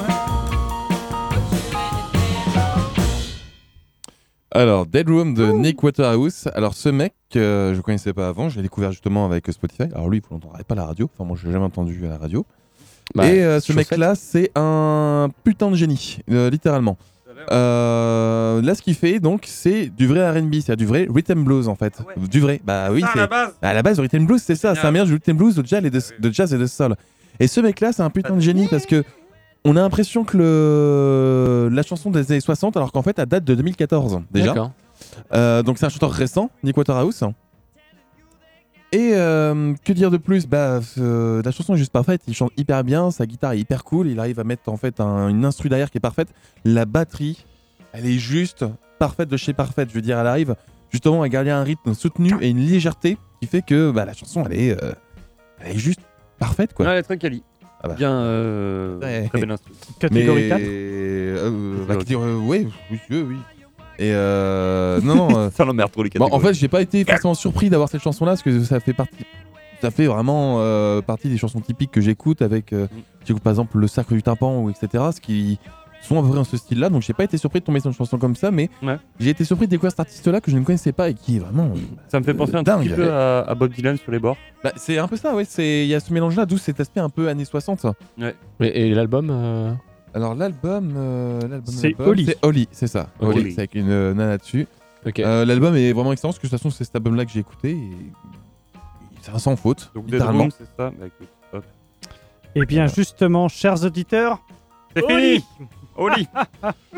[SPEAKER 4] Alors, Dead Room de Nick Waterhouse. Alors, ce mec, euh, je connaissais pas avant, je l'ai découvert justement avec Spotify. Alors, lui, vous l'entendrez pas à la radio. Enfin, moi, je l'ai jamais entendu à la radio.
[SPEAKER 6] Bah,
[SPEAKER 4] Et euh, ce
[SPEAKER 6] chaussette.
[SPEAKER 4] mec-là, c'est un putain de génie, euh, littéralement. Euh, là, ce qu'il fait, donc, c'est du vrai R and B, c'est du vrai rhythm blues, en fait. Du vrai. Bah oui, c'est.
[SPEAKER 5] base.
[SPEAKER 4] À la base, le rhythm blues, c'est ça. C'est un mélange de rhythm blues, de jazz et de, de jazz et de soul. Et ce mec-là, c'est un putain de génie parce que on a l'impression que le... la chanson des années soixante, alors qu'en fait, elle date de deux mille quatorze déjà.
[SPEAKER 6] D'accord.
[SPEAKER 4] Euh, donc c'est un chanteur récent, Nick Waterhouse. Et euh, que dire de plus, bah, euh, la chanson est juste parfaite, il chante hyper bien, sa guitare est hyper cool, il arrive à mettre en fait un- une instru derrière qui est parfaite. La batterie, elle est juste parfaite de chez parfaite, je veux dire, elle arrive justement à garder un rythme soutenu et une légèreté qui fait que bah, la chanson, elle est, euh, elle est juste parfaite, quoi.
[SPEAKER 5] Ouais, elle est très quali.
[SPEAKER 4] Ah bah.
[SPEAKER 5] Bien, euh,
[SPEAKER 4] Ouais.
[SPEAKER 5] très belle instru.
[SPEAKER 3] catégorie
[SPEAKER 4] Mais-
[SPEAKER 3] quatre.
[SPEAKER 4] euh, bah, qui dire, euh, ouais, oui, oui, oui. Et euh, non, non. euh,
[SPEAKER 5] Ça l'emmerde trop les
[SPEAKER 4] bon,
[SPEAKER 5] catégories.
[SPEAKER 4] en fait, j'ai pas été forcément surpris d'avoir cette chanson-là parce que ça fait partie, ça fait vraiment euh, partie des chansons typiques que j'écoute avec, euh, j'écoute par exemple le Sacre du Tympan ou et cetera. Ce qui sont à peu près dans ce style-là. Donc j'ai pas été surpris de tomber sur une chanson comme ça, mais
[SPEAKER 5] Ouais.
[SPEAKER 4] j'ai été surpris de découvrir cet artiste-là que je ne connaissais pas et qui est vraiment.
[SPEAKER 5] Ça me fait penser un
[SPEAKER 4] dingue.
[SPEAKER 5] petit peu à, à Bob Dylan sur les bords.
[SPEAKER 4] Bah, c'est un peu ça, ouais. C'est il y a ce mélange-là, d'où cet aspect un peu années soixante.
[SPEAKER 5] Ouais.
[SPEAKER 6] Et, et l'album euh,
[SPEAKER 4] Alors l'album, euh, l'album,
[SPEAKER 3] C'est
[SPEAKER 4] l'album,
[SPEAKER 3] Oli.
[SPEAKER 4] C'est Oli, c'est ça.
[SPEAKER 6] Ok.
[SPEAKER 4] Oli, c'est avec une euh, nana dessus.
[SPEAKER 6] Ok.
[SPEAKER 4] Euh, l'album est vraiment excellent parce que de toute façon c'est cet album-là que j'ai écouté et c'est sans faute,
[SPEAKER 5] Donc Dead
[SPEAKER 4] littéralement.
[SPEAKER 5] Room, c'est ça. Bah, écoute, hop.
[SPEAKER 3] Eh bien, justement, chers auditeurs,
[SPEAKER 5] C'est
[SPEAKER 3] Oli.
[SPEAKER 5] fini. Oli.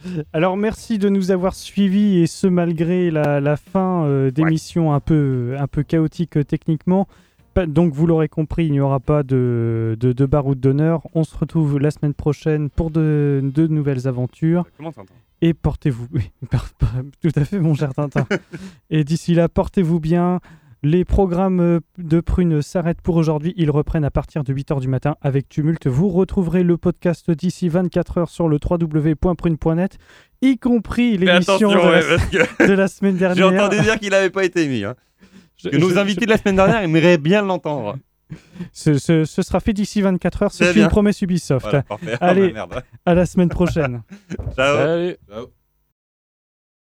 [SPEAKER 3] Alors merci de nous avoir suivis et ce malgré la, la fin euh, d'émission un peu, un peu chaotique euh, techniquement. Pas- Donc vous l'aurez compris, il n'y aura pas de, de, de baroud d'honneur. On se retrouve la semaine prochaine pour de, de nouvelles aventures.
[SPEAKER 5] Comment Tintin
[SPEAKER 3] Et portez-vous... oui, par- par- tout à fait mon cher Tintin. Et d'ici là, portez-vous bien. Les programmes euh, de Prune s'arrêtent pour aujourd'hui. Ils reprennent à partir de huit heures du matin avec Tumulte. Vous retrouverez le podcast d'ici vingt-quatre heures sur le w w w point prune point net, y compris
[SPEAKER 5] Fais
[SPEAKER 3] l'émission
[SPEAKER 5] attention,
[SPEAKER 3] de, la-
[SPEAKER 5] ouais, parce que
[SPEAKER 3] de la semaine
[SPEAKER 5] j'ai
[SPEAKER 3] dernière.
[SPEAKER 5] entendu dire qu'il n'avait pas été mis. Hein.
[SPEAKER 3] Je-
[SPEAKER 5] Que nos
[SPEAKER 3] je-
[SPEAKER 5] invités de la semaine dernière aimeraient bien l'entendre.
[SPEAKER 3] Ce, ce- ce sera fait d'ici vingt-quatre heures.
[SPEAKER 5] C'est
[SPEAKER 3] C'est
[SPEAKER 5] bien.
[SPEAKER 3] une promesse Ubisoft.
[SPEAKER 5] Voilà, parfait.
[SPEAKER 3] Allez.
[SPEAKER 5] Ah, bah, merde.
[SPEAKER 3] À la semaine prochaine.
[SPEAKER 5] Ciao.
[SPEAKER 6] Salut.
[SPEAKER 4] Ciao.